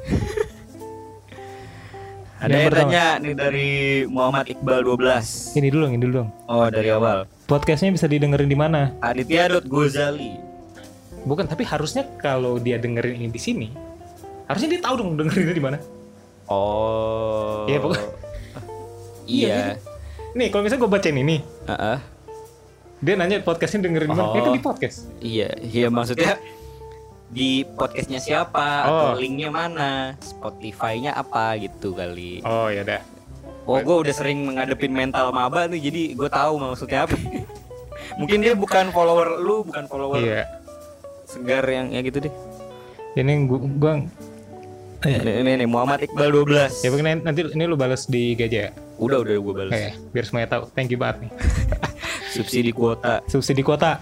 Ada yang tanya nih dari Muhammad Iqbal 12. Ini dulu dong. Oh, dari awal. Podcastnya bisa didengerin di mana? Aditya.Gozali. Bukan, tapi harusnya kalau dia dengerin ini di sini, harusnya dia tahu dong dengerinnya di mana. Oh. Iya, pokoknya. Iya. Nih, kalau misalnya gue bacain ini. Dia nanya podcastnya dengerin di mana? Ya kan di podcast. Iya maksudnya di podcastnya siapa atau linknya mana, Spotify-nya apa gitu kali. Oh ya udah. Gue udah sering menghadapin mental maba nih, jadi gue tahu maksudnya apa. Mungkin dia bukan follower lu, bukan follower Segar yang ya gitu deh. Ini gue Ini Muhammad Iqbal 12. Ya mungkin nanti ini lu balas di IG aja ya. Udah gue balas. Oke, biar semuanya tahu. Thank you banget nih. Subsidi kuota. Subsidi kuota.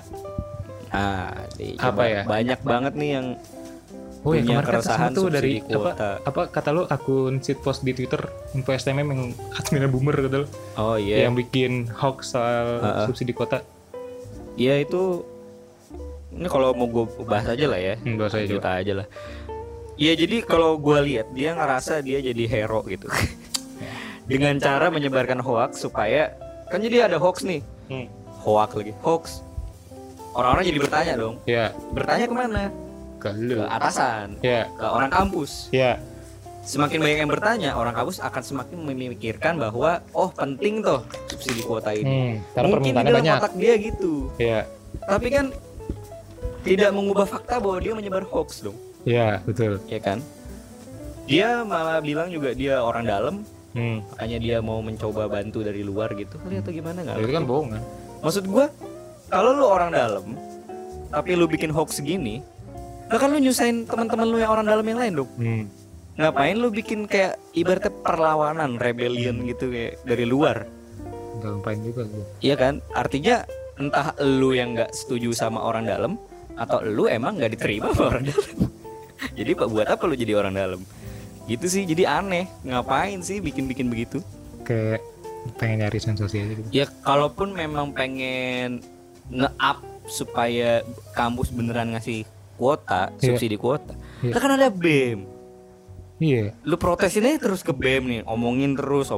Apa ya? Banyak banget nih yang ya punya kemarin keresahan tuh dari kuota. apa kata lu akun shitpost di Twitter info STMM yang adminnya boomer kata lu. Oh iya. Yang bikin hoax soal subsidi kuota. Iya itu. Ini kalau mau gue bahas aja lah ya. Bahas aja kita aja lah. Iya jadi kalau gue lihat dia ngerasa dia jadi hero gitu. Dengan cara menyebarkan hoax supaya kan jadi ada hoax nih. Hoax. Orang-orang jadi bertanya dong. Iya. Bertanya kemana? Ke atasan. Iya. Ke orang kampus. Iya. Semakin banyak yang bertanya, orang kampus akan semakin memikirkan bahwa penting tuh subsidi kuota ini. Mungkin di dalam otak dia gitu. Iya. Tapi kan tidak mengubah fakta bahwa dia menyebar hoax dong. Iya, betul. Iya kan? Dia malah bilang juga dia orang dalam. Makanya dia mau mencoba bantu dari luar gitu. Lihat atau gimana enggak? Itu kan bohong kan? Maksud gua, kalau lu orang dalam tapi lu bikin hoax gini, lah kan lu nyusahin teman-teman lu yang orang dalam yang lain dong. Ngapain lu bikin kayak ibaratnya perlawanan, rebellion gitu kayak dari luar? Enggak ngapain juga lu. Iya kan? Artinya entah lu yang enggak setuju sama orang dalam atau lu emang enggak diterima sama orang dalam. Jadi buat apa lu jadi orang dalam? Gitu sih, jadi aneh. Ngapain sih bikin-bikin begitu? Kayak pengen nyari sensasi aja gitu. Ya kalaupun memang pengen nge-up supaya kampus beneran ngasih kuota, subsidi kuota. Lah kan ada BEM. Iya. Lu protesin aja terus ke BEM nih, omongin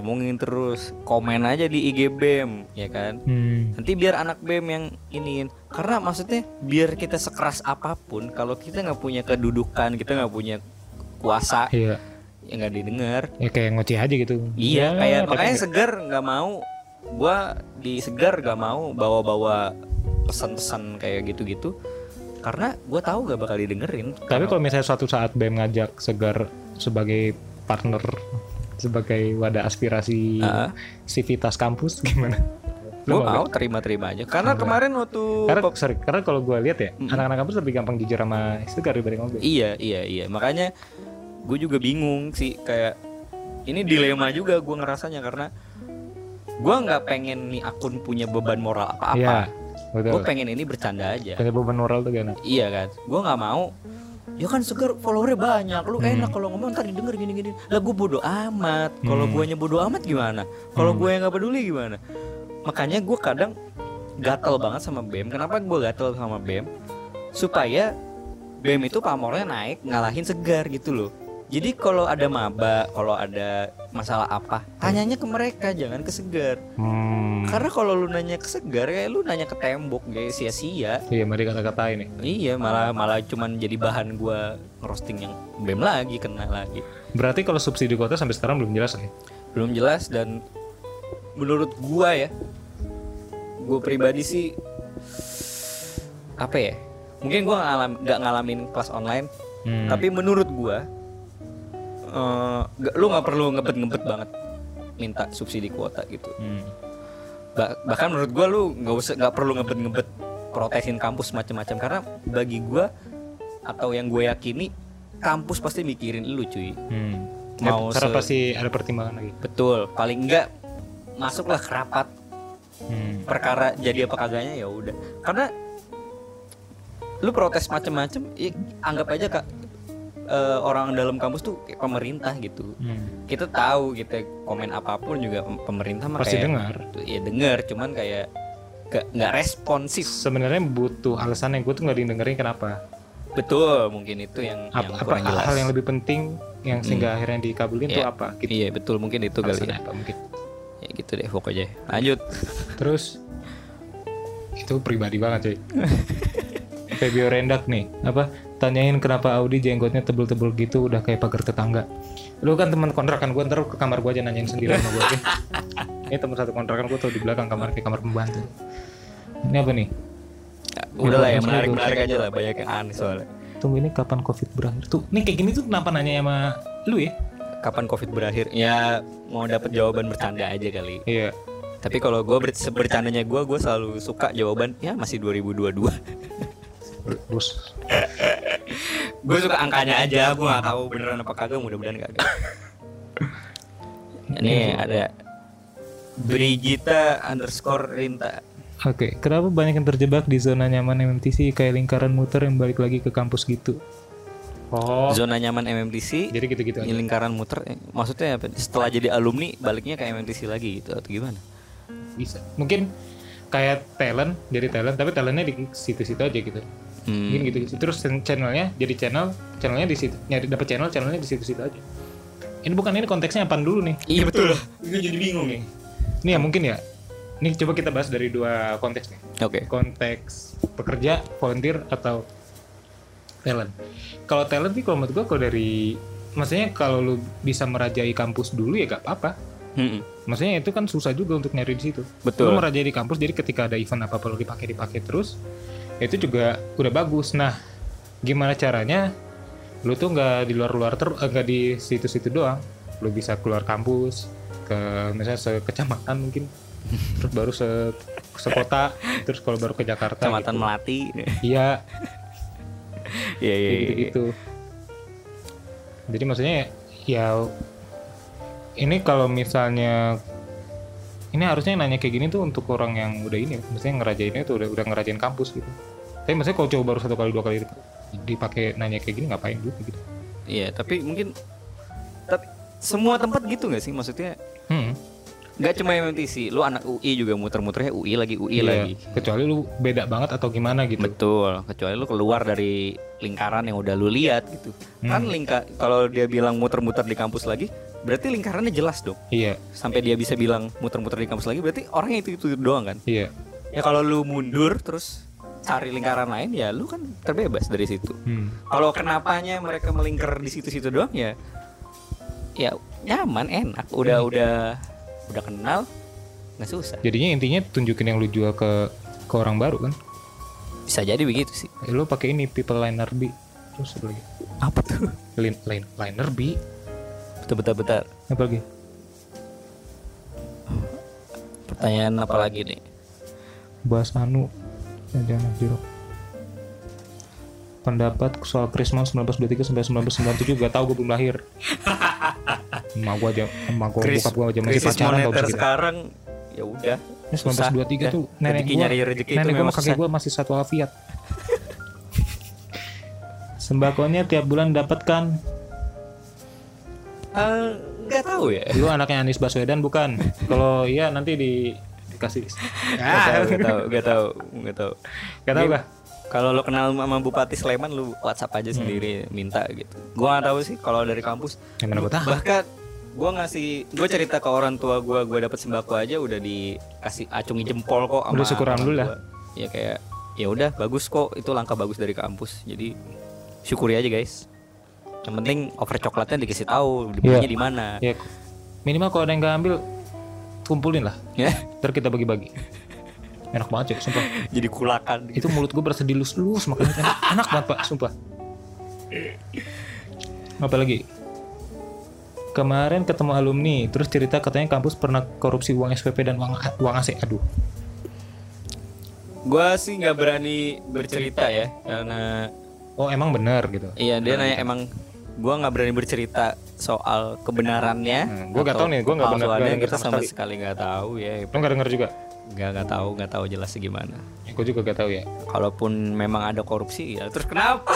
terus, komen aja di IG BEM, ya kan? Nanti biar anak BEM yang iniin. Karena maksudnya biar kita sekeras apapun, kalau kita nggak punya kedudukan, kita nggak punya kuasa, ya nggak didengar. Ya kayak ngoceh aja gitu. Iya, kayak makanya Segar nggak mau, gua di Segar nggak mau bawa-bawa pesan-pesan kayak gitu-gitu. Karena gue tahu gak bakal didengerin. Tapi kalau misalnya suatu saat BEM ngajak Segar sebagai partner, sebagai wadah aspirasi sivitas kampus, gimana? Gue mau terima-terima aja. Karena kemarin waktu karena kalau gue lihat ya, anak-anak kampus lebih gampang jujur sama Segar dibanding BEM. Iya. Makanya gue juga bingung sih, kayak ini dilema juga gue ngerasanya, karena gue nggak pengen nih akun punya beban moral apa-apa. Gue pengen ini bercanda aja. Punya beban moral tuh gak enak. Iya kan, gue nggak mau. Ya kan Segar followernya banyak, lu enak kalau ngomong ntar didengar gini-gini. Lah gue bodo amat. Kalau guanya bodo amat gimana? Kalau gue yang nggak peduli gimana? Makanya gue kadang gatel banget sama BEM. Kenapa gue gatel sama BEM? Supaya BEM itu pamornya naik, ngalahin Segar gitu loh. Jadi kalau ada maba, kalau ada masalah apa, tanyanya ke mereka, jangan ke Segar. Karena kalau lu nanya ke Segar, kayak lu nanya ke tembok, kayak sia-sia. Iya, mari kata-katain nih. Iya, malah cuman jadi bahan gua ngerosting yang BEM lagi, kena lagi. Berarti kalau subsidi kuota sampai sekarang belum jelas ya? Belum jelas, dan menurut gua ya, gua pribadi sih apa ya? Mungkin gua nggak ngalamin kelas online, tapi menurut gua lu nggak perlu ngebet banget minta subsidi kuota gitu. Bahkan menurut gue lu nggak perlu ngebet protesin kampus macam-macam, karena bagi gue atau yang gue yakini kampus pasti mikirin lu cuy. Mau karena pasti ada pertimbangan lagi. Betul, paling enggak masuklah ke rapat. Perkara jadi apa kagaknya ya udah. Karena lu protes macam-macam, anggap aja Kak, orang dalam kampus tuh kayak pemerintah gitu. Kita tahu kita komen apapun juga pemerintah mah pasti dengar. Ya dengar, cuman kayak nggak responsif. Sebenarnya butuh alasan yang gue tuh nggak didengerin kenapa. Betul, mungkin itu yang kurang jelas. Hal yang lebih penting yang sehingga akhirnya dikabulin tuh apa? Gitu. Iya betul, mungkin itu kali ya. Apa mungkin? Ya gitu deh pokoknya. Lanjut. Terus itu pribadi banget cuy. Febio Rendak nih, tanyain kenapa Audi jenggotnya tebel-tebel gitu, udah kayak pagar tetangga. Lu kan teman kontrakan gue, ntar ke kamar gue aja nanyain sendiri sama gue aja. Ini teman satu kontrakan gue tuh di belakang kamar, kayak kamar pembantu. Ini apa nih? Udah lah ya, menarik aja lah, banyak yang aneh soalnya. Tunggu, ini kapan Covid berakhir? Tuh, nih kayak gini tuh kenapa nanya sama lu ya? Kapan Covid berakhir? Ya mau dapet jawaban bercanda aja kali. Iya. Tapi kalau gue bercandanya gue selalu suka jawaban ya masih 2022. Bos. Gue suka angkanya aja, gue nggak tahu beneran apa kagak, mudah-mudahan kagak. Ini ada Brigita_Rinta. Oke, kenapa banyak yang terjebak di zona nyaman MMTC kayak lingkaran muter yang balik lagi ke kampus gitu? Oh, Zona nyaman MMTC. jadi gitu-gitu aja. Ini lingkaran muter, maksudnya apa? Setelah jadi alumni baliknya ke MMTC lagi gitu atau gimana? Bisa. Mungkin kayak talent, jadi talent, tapi talentnya di situ-situ aja gitu. Mungkin gitu. Terus channelnya jadi channelnya di situ. Nyari dapat channelnya di situ-situ aja. Ini konteksnya apaan dulu nih? Iya betul. Gue jadi bingung nih. Ini ya mungkin ya. Ini coba kita bahas dari dua konteks nih. Oke. Konteks pekerja, volunteer atau talent. Kalau talent nih kalau menurut gue kalau dari maksudnya kalau lu bisa merajai kampus dulu ya gak apa-apa. Maksudnya itu kan susah juga untuk nyari di situ. Betul. Lu merajai di kampus jadi ketika ada event apa perlu dipakai terus. Itu juga udah bagus. Nah, gimana caranya lu tuh nggak di luar nggak di situ-situ doang. Lu bisa keluar kampus ke misalnya sekecamatan mungkin. Terus baru sekota, terus kalau baru ke Jakarta Kecamatan gitu. Melati. Iya. Iya. Gitu. Jadi maksudnya ya ini kalau misalnya ini harusnya nanya kayak gini tuh untuk orang yang udah ini, maksudnya ngerajainnya tuh udah ngerajain kampus gitu. Tapi maksudnya kalau coba baru 1 kali 2 kali dipakai nanya kayak gini ngapain dulu gitu. Iya, tapi semua tempat gitu nggak sih maksudnya? Gak cuma MMTC, lu anak UI juga muter-muternya UI lagi. Kecuali lu beda banget atau gimana gitu. Betul, kecuali lu keluar dari lingkaran yang udah lu lihat gitu. Kan kalau dia bilang muter-muter di kampus lagi, berarti lingkarannya jelas dong. Iya. Sampai dia bisa bilang muter-muter di kampus lagi, berarti orangnya itu doang kan? Iya. Ya kalau lu mundur terus cari lingkaran lain, ya lu kan terbebas dari situ. Kalau kenapanya mereka melingkar di situ-situ doang ya nyaman, enak, udah kenal, nggak susah. Jadinya intinya tunjukin yang lu jual ke orang baru kan? Bisa jadi begitu sih. Lu pakai ini people liner B. Terus apa lagi? Apa tuh? Liner B. Bentar. Apa lagi? Pertanyaan apa lagi nih? Bahas anu. Jangan jeruk. Pendapat soal Krismon 1923 sampai 1997 gak tau, gue belum lahir. Emak gue bokap gue aja masih pacaran moneter sekarang ya udah. 1923 tuh nenek gue kakek gue masih satu walafiat. Sembakonya tiap bulan dapat kan? Nggak tahu ya. Lu anaknya Anies Baswedan bukan? Kalau iya nanti dikasih. Gak tahu. Gak. Kalau lo kenal sama Bupati Sleman, lu WhatsApp aja sendiri minta gitu. Gua nggak tahu sih kalau dari kampus. Gimana gue tahu? Bahkan gue cerita ke orang tua gue dapat sembako aja udah dikasih acungi jempol kok. Udah syukur alhamdulillah. Ya kayak ya udah bagus kok, itu langkah bagus dari kampus. Jadi syukuri aja guys. Yang penting over coklatnya dikasih tahu dibelinya di mana. Ya, minimal kalau ada yang nggak ambil kumpulin lah. Ya. Ntar kita bagi-bagi. Enak banget cuy, sumpah. Jadi kulakan. Itu mulut gue berasa dilus-lus makanya enak banget pak, sumpah. Apa lagi? Kemarin ketemu alumni, terus cerita katanya kampus pernah korupsi uang SPP dan uang AC. Aduh. Gue sih nggak berani bercerita ya, karena emang benar gitu. Iya, dia nanya emang gue nggak berani bercerita soal kebenarannya. Gue nggak tahu nih, gue nggak benar. Kita sama sekali nggak tahu ya. Lo nggak denger juga? Nggak tahu jelasnya gimana. Gue juga nggak tahu ya. Kalaupun memang ada korupsi ya, terus kenapa?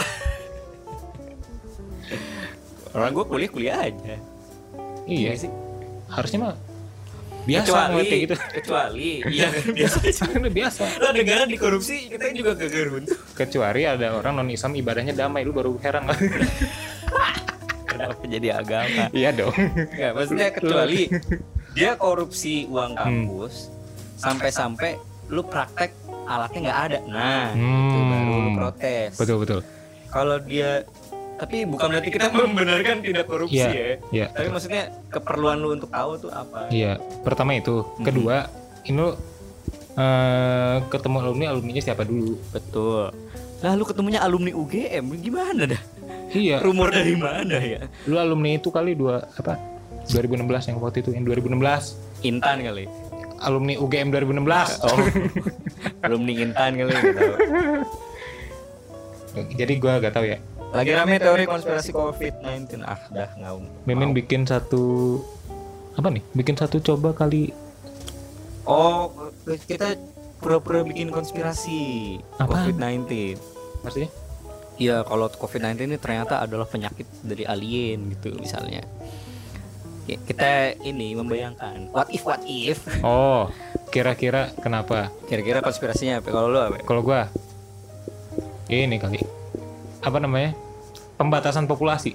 Orang gue kuliah aja. Iya sih. Harusnya mah biasa kayak gitu. Kecuali iya biasa. Lah negara dikorupsi kita juga gagal runtuh. Kecuali ada orang non Islam ibadahnya damai, lu baru heran. Kenapa jadi agama? Iya dong. Enggak, maksudnya kecuali dia korupsi uang kampus sampai lu praktek alatnya nggak ada. Nah, itu baru lu protes. Betul. Kalau dia tapi bukan berarti kita membenarkan tidak korupsi ya. Tapi maksudnya keperluan lu untuk tahu tuh apa? Iya. Pertama itu, kedua, ini lu ketemu alumninya siapa dulu? Betul. Lah lu ketemunya alumni UGM, gimana dah? Iya. Rumor dari mana ya? Lu alumni itu kali 2016 yang waktu itu, yang 2016. Intan kali. Alumni UGM 2016. Oh. Alumni Intan kali gitu. Jadi gua gak tahu ya. Lagi rame teori konspirasi COVID-19. Ah, dah nggak. Mimin bikin satu apa nih? Bikin satu coba kali. Oh, kita pura-pura bikin konspirasi Apaan? COVID-19. Maksudnya? Iya, kalau COVID-19 ini ternyata adalah penyakit dari alien gitu misalnya. Ya, kita ini membayangkan what if. Oh, kira-kira kenapa? Kira-kira konspirasinya apa? Kalau lu apa? Kalau gua ini kali apa namanya? Pembatasan populasi.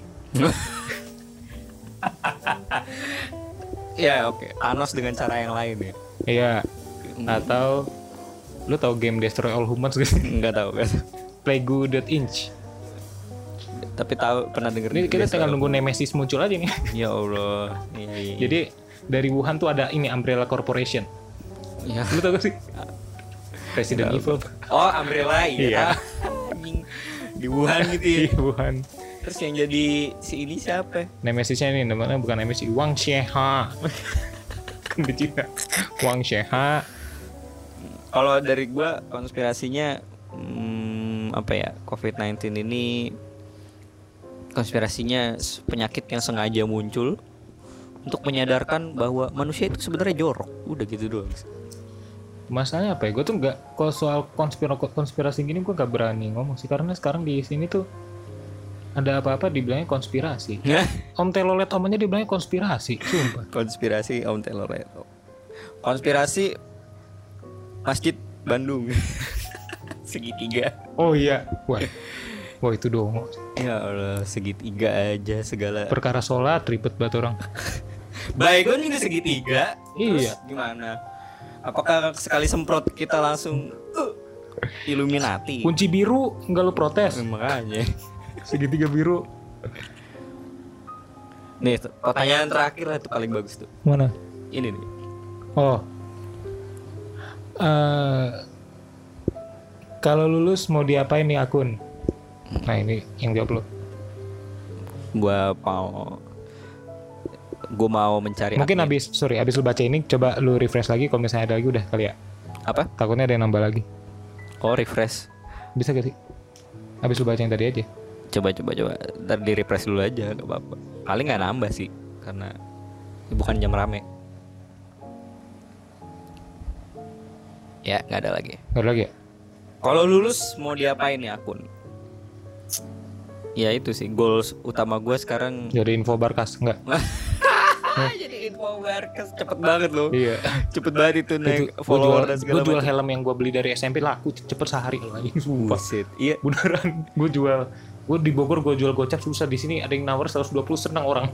Ya, oke. Thanos dengan cara yang lain ya. Iya. Atau lu tahu game Destroy All Humans gak sih? Enggak tahu kan. Playgoo.inch. Tapi tahu pernah denger. Ini kita tinggal nunggu Nemesis muncul aja nih. Ya Allah. Iya. Jadi dari Wuhan tuh ada ini Umbrella Corporation. Ya. Lu tau gak sih? Resident Evil. Oh, Umbrella Iya. Anjing. Di Wuhan gitu ya. Di Wuhan. Terus yang jadi si ini siapa? Nemesisnya ini namanya bukan Nemesis, Wang Xieha. Kan di Cina. Wang Xieha. Kalau dari gua konspirasinya apa ya? COVID-19 ini konspirasinya penyakit yang sengaja muncul untuk menyadarkan bahwa manusia itu sebenarnya jorok. Udah gitu doang. Masalahnya apa ya? Gue tuh nggak, kalau soal konspirasi gini gue nggak berani ngomong sih, karena sekarang di sini tuh ada apa-apa dibilangnya konspirasi. Om Telolet omanya dibilangnya konspirasi, sumpah. Konspirasi Om Telolet. Konspirasi Masjid Bandung. Segitiga. Oh iya, wah itu dong. Ya Allah, segitiga aja segala. Perkara sholat ribet banget orang. Baygon juga segitiga. Iya. Terus gimana? Apakah sekali semprot kita langsung Illuminati? Kunci biru nggak lu protes? Makanya. Segitiga biru. Nih, pertanyaan terakhir lah itu paling bagus tuh. Mana? Ini nih. Oh. Kalau lulus mau diapain nih akun? Nah ini yang jawab lo. Gue mau mencari. Mungkin abis lu baca ini coba lu refresh lagi, kalau misalnya ada lagi udah kali ya. Apa? Takutnya ada yang nambah lagi. Oh, refresh. Bisa gak sih? Abis lu baca yang tadi aja. Coba. Ntar di refresh dulu aja, gak apa-apa. Paling nggak nambah sih, karena bukan jam rame. Ya, nggak ada lagi. Nggak ada lagi ya? Kalau lulus mau diapain nih akun? Ya itu sih goals utama gue sekarang. Jadi info barkas enggak? Jadi info barkas cepet banget loh. Iya. Cepet banget itu naik Itu, follower dan segala macam. Gue jual macam. helm yang gue beli dari SMP laku cepet sehari loh anjing, sumpah. Buset. Iya. Beneran, gue jual. Gue di Bogor gue jual gocap susah, di sini ada yang nawar 120 senang orang.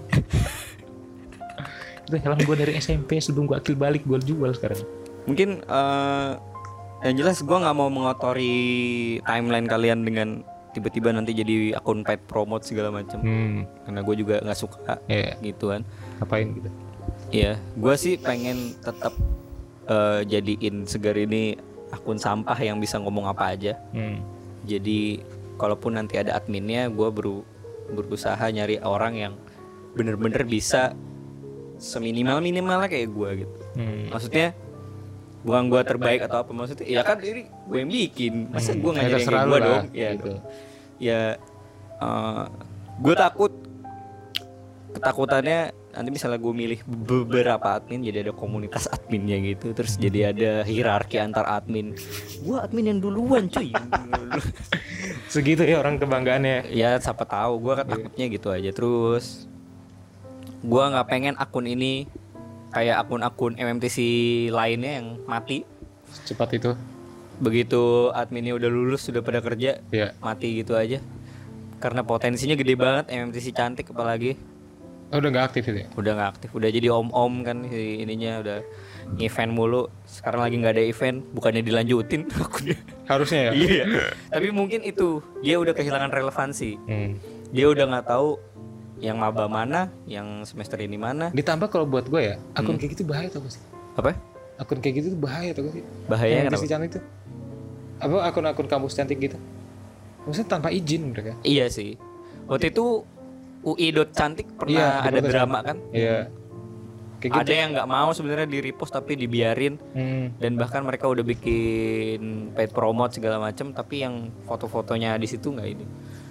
Itu helm gue dari SMP sebelum gue akil balik gue jual sekarang. Mungkin yang jelas gue nggak mau mengotori timeline kalian dengan tiba-tiba nanti jadi akun paid promote segala macam. Karena gue juga nggak suka gituan. Ngapain gitu? Iya, gue sih pengen tetap jadiin Segar ini akun sampah yang bisa ngomong apa aja. Jadi kalaupun nanti ada adminnya, gue berusaha nyari orang yang bener-bener bisa seminimal-minimalnya kayak gue gitu. Maksudnya bukan gue terbaik atau apa, maksudnya ya kan ini gue yang bikin, masa gue nggak nyari kayak gue dong ya gitu. Ya gue ketakutannya nanti misalnya gue milih beberapa admin, jadi ada komunitas adminnya gitu, terus jadi ada hierarki antar admin. Gue admin yang duluan cuy. Segitu ya orang kebanggaannya. Ya siapa tahu, gue kan takutnya gitu aja. Terus gue nggak pengen akun ini kayak akun-akun MMTC lainnya yang mati cepat itu. Begitu adminnya udah lulus, sudah pada kerja, mati gitu aja. Karena potensinya gede banget, MMTC cantik apalagi. Oh, udah nggak aktif itu ya? Udah nggak aktif, udah jadi om-om kan ininya, udah event mulu. Sekarang lagi nggak ada event, bukannya dilanjutin akunnya. Harusnya ya. Iya. Tapi mungkin itu dia udah kehilangan relevansi. Dia udah nggak tahu yang maba mana, yang semester ini mana. Ditambah kalau buat gue ya, akun kayak gitu bahaya tau gak sih? Apa? Akun kayak gitu tuh bahaya tau gak sih? Bahaya kenapa? Si cantik tuh. Apa akun-akun kampus cantik gitu? Maksudnya tanpa izin mereka. Iya sih. Waktu itu UI.cantik pernah ada drama kan? Iya. Kayak gitu. Ada yang nggak mau sebenarnya di repost tapi dibiarin. Dan bahkan mereka udah bikin paid promote segala macam, tapi yang foto-fotonya di situ nggak ini.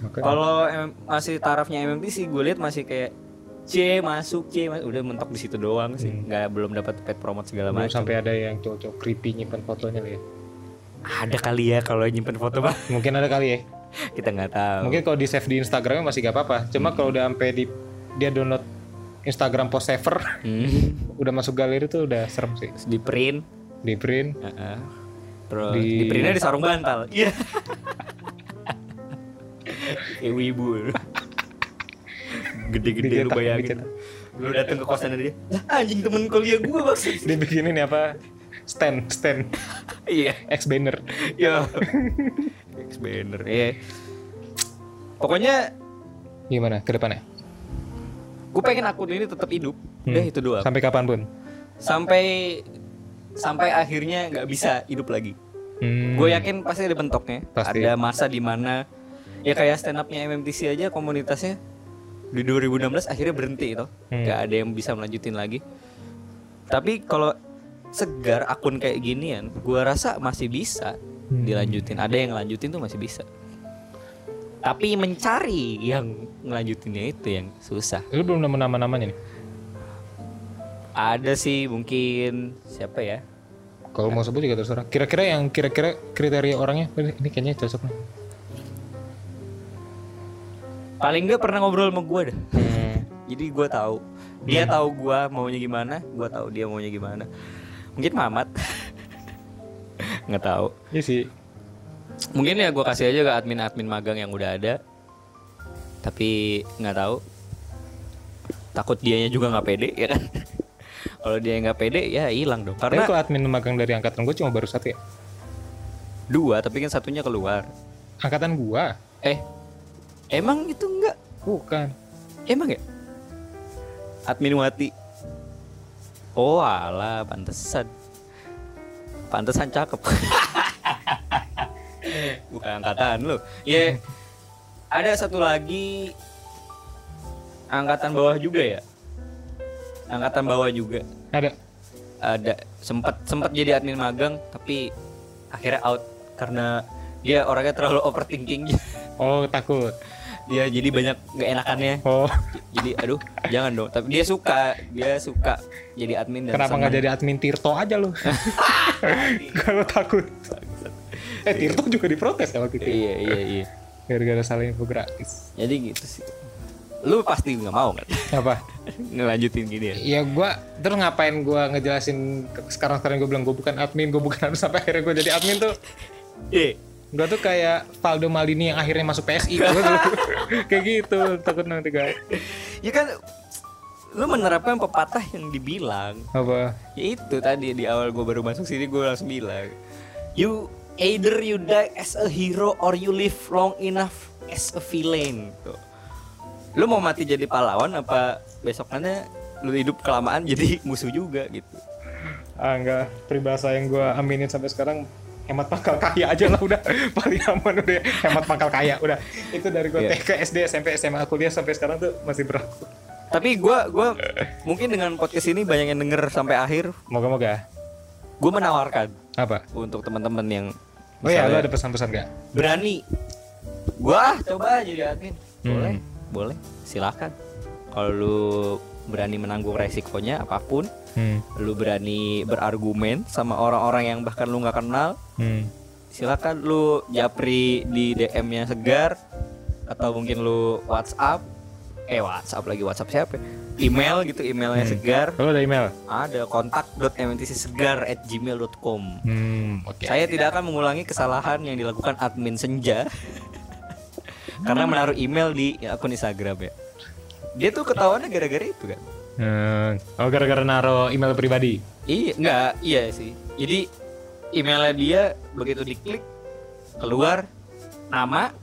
Kalau masih tarafnya MMTC gue lihat masih kayak C masuk, udah mentok di situ doang sih. Belum dapat paid promote segala macam. Belum sampai ada yang cocok creepy nyimpen fotonya lah ya. Ada kali ya kalau nyimpen foto mah. Mungkin ada kali ya. Kita nggak tahu. Mungkin kalau di save di Instagramnya masih gak apa-apa. Cuma kalau udah sampai dia download Instagram post saver, udah masuk galeri tuh udah serem sih. Di print. Terus di printnya di sarung bantal. Iya. Ibu-ibu. Gede-gede lu bayangin. Lu datang ke kosan dia. Lah anjing temen kuliah gua maksud. Dibikinin apa? Stand. Iya. X-banner. Iya. X-banner. Iya. Pokoknya gimana ke depannya? Gue pengen akun ini tetap hidup. Udah itu doang. Sampai kapanpun. Sampai akhirnya nggak bisa hidup lagi. Gue yakin pasti ada bentoknya. Pasti. Ada masa di mana ya kayak stand up-nya MMTC aja komunitasnya di 2016 akhirnya berhenti itu. Nggak ada yang bisa melanjutin lagi. Tapi kalau Segar akun kayak ginian, gue rasa masih bisa dilanjutin. Ada yang ngelanjutin tuh masih bisa. Tapi mencari yang ngelanjutinnya itu yang susah. Lu belum nemu nama-namanya nih? Ada sih mungkin siapa ya? Kalau mau sebut juga terserah. Kira-kira kriteria orangnya ini kayaknya cocok nih. Paling nggak pernah ngobrol sama gue dah. Jadi gue tahu. Dia tahu gue maunya gimana, gue tahu dia maunya gimana. Mungkin Mamat. Nggak tahu. Iya sih. Mungkin ya gue kasih aja ke admin magang yang udah ada. Tapi nggak tahu. Takut dianya juga nggak pede ya kan. Kalau dia nggak pede ya hilang dong. Karena kalau admin magang dari angkatan gue cuma baru 1 ya. 2 tapi kan satunya keluar. Angkatan gua. Emang itu enggak? Bukan. Emang ya? Admin Wati. Oh alah, pantesan cakep. Bukan angkatan lu. Ya, ada satu lagi angkatan bawah juga ya. Angkatan bawah juga. Ada. Sempat jadi admin magang tapi akhirnya out karena dia orangnya terlalu overthinking. Oh, takut. Dia jadi banyak gak enakannya. Oh. Jadi aduh, jangan dong. Tapi dia suka jadi admin dan kenapa nggak jadi admin Tirto aja lu? Kalau takut. Tirto juga diprotes kalau gitu. Iya. Gara-gara salah info gratis. Jadi gitu sih. Lu pasti nggak mau kan? Apa? Ngelanjutin gini ya? Ya gua terus ngapain gua ngejelasin sekarang gua bilang gua bukan admin, sampai akhirnya gua jadi admin tuh. Gue tuh kayak Valdo Maldini yang akhirnya masuk PSI. Kayak gitu, takut nanti guys. Ya kan lu menerapkan pepatah yang dibilang. Apa? Ya itu tadi di awal gue baru masuk sini gue langsung bilang, either you die as a hero or you live long enough as a villain. Tuh. Lu mau mati jadi pahlawan apa besokannya lu hidup kelamaan jadi musuh juga gitu. Enggak, peribahasa yang gue aminin sampai sekarang hemat pangkal kaya aja lah udah paling aman udah hemat pangkal kaya udah itu dari gue TK SD SMP SMA kuliah sampai sekarang tuh masih berlaku. Tapi gue mungkin dengan podcast ini banyak yang denger sampai akhir. Moga-moga. Gue menawarkan apa untuk teman-teman yang lu ada pesan-pesan gak? Berani. Gue coba jadi admin. Boleh. Silakan. Kalau lu berani menanggung resikonya apapun, lu berani berargumen sama orang-orang yang bahkan lu nggak kenal, silakan lu japri di DM-nya Segar atau mungkin lu WhatsApp siapa? Email gitu, emailnya Segar. Lu ada email? Ada kontak.mntcsegar@gmail.com. Okay. Saya tidak akan mengulangi kesalahan yang dilakukan admin Senja karena menaruh email di akun Instagram ya. Dia tuh ketahuannya gara-gara itu kan. Gara-gara naro email pribadi. Iya sih. Jadi emailnya dia begitu diklik keluar nama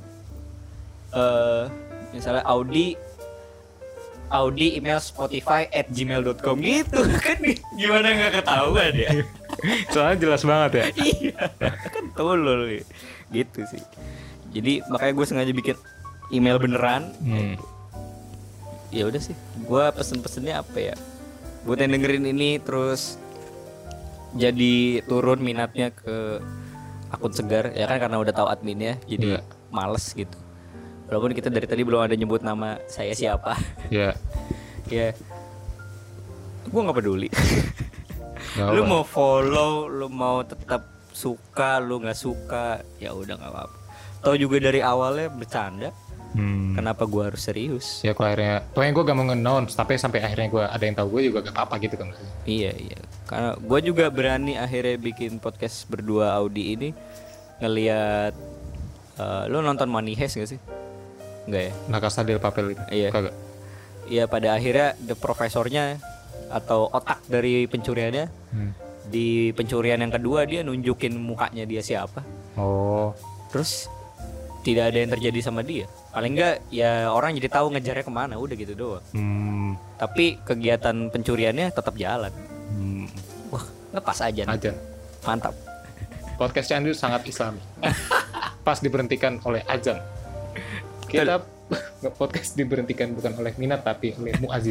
misalnya Audi email Spotify@gmail.com gitu kan, gimana nggak ketahuan ya? Soalnya jelas banget ya. Iya kan tolol gitu sih. Jadi makanya gue sengaja bikin email beneran. Ya udah sih, gue pesen-pesennya apa ya? Buat yang dengerin ini terus jadi turun minatnya ke akun Segar ya kan karena udah tahu adminnya, jadi males gitu. Walaupun kita dari tadi belum ada nyebut nama saya siapa. Ya. Ya. Gue nggak peduli. Gak Lu apa. mau follow, lu mau tetap suka, lu nggak suka, ya udah nggak apa-apa. Tahu juga dari awalnya bercanda. Kenapa gue harus serius? Ya kalau akhirnya, pokoknya gue gak mau nge-announce, tapi sampai akhirnya gue ada yang tahu gue juga gak apa-apa gitu kan. Iya. Karena gue juga berani akhirnya bikin podcast berdua Audi ini ngelihat. Lu nonton Money Heist gak sih? Enggak ya? La Casa de Papel itu. Iya. Kagak. Iya, pada akhirnya the profesornya atau otak dari pencuriannya di pencurian yang kedua dia nunjukin mukanya dia siapa. Oh. Terus tidak ada yang terjadi sama dia. Paling enggak ya orang jadi tahu ngejarnya kemana, udah gitu doang. Tapi kegiatan pencuriannya tetap jalan. Wah, ngepas aja. Mantap. Podcast Candu sangat islami. Pas diberhentikan oleh azan. Kita podcast diberhentikan bukan oleh minat tapi oleh muazin.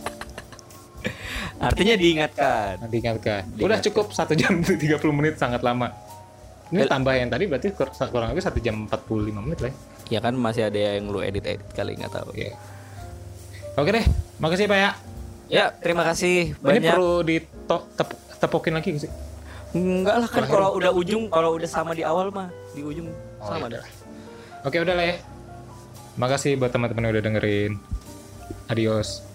Artinya diingatkan. Udah cukup 1 jam 30 menit, sangat lama. Ini tambah yang tadi berarti kurang lebih 1 jam 45 menit lah ya. Ya kan masih ada yang lu edit kali, nggak tahu. Yeah. Oke deh, makasih Pak ya. Ya, terima kasih banyak. Ini perlu ditepokin lagi sih? Enggak lah, kan kalau udah sama di awal mah di ujung sama dah. Oke, udah lah ya. Makasih buat teman-teman yang udah dengerin. Adios.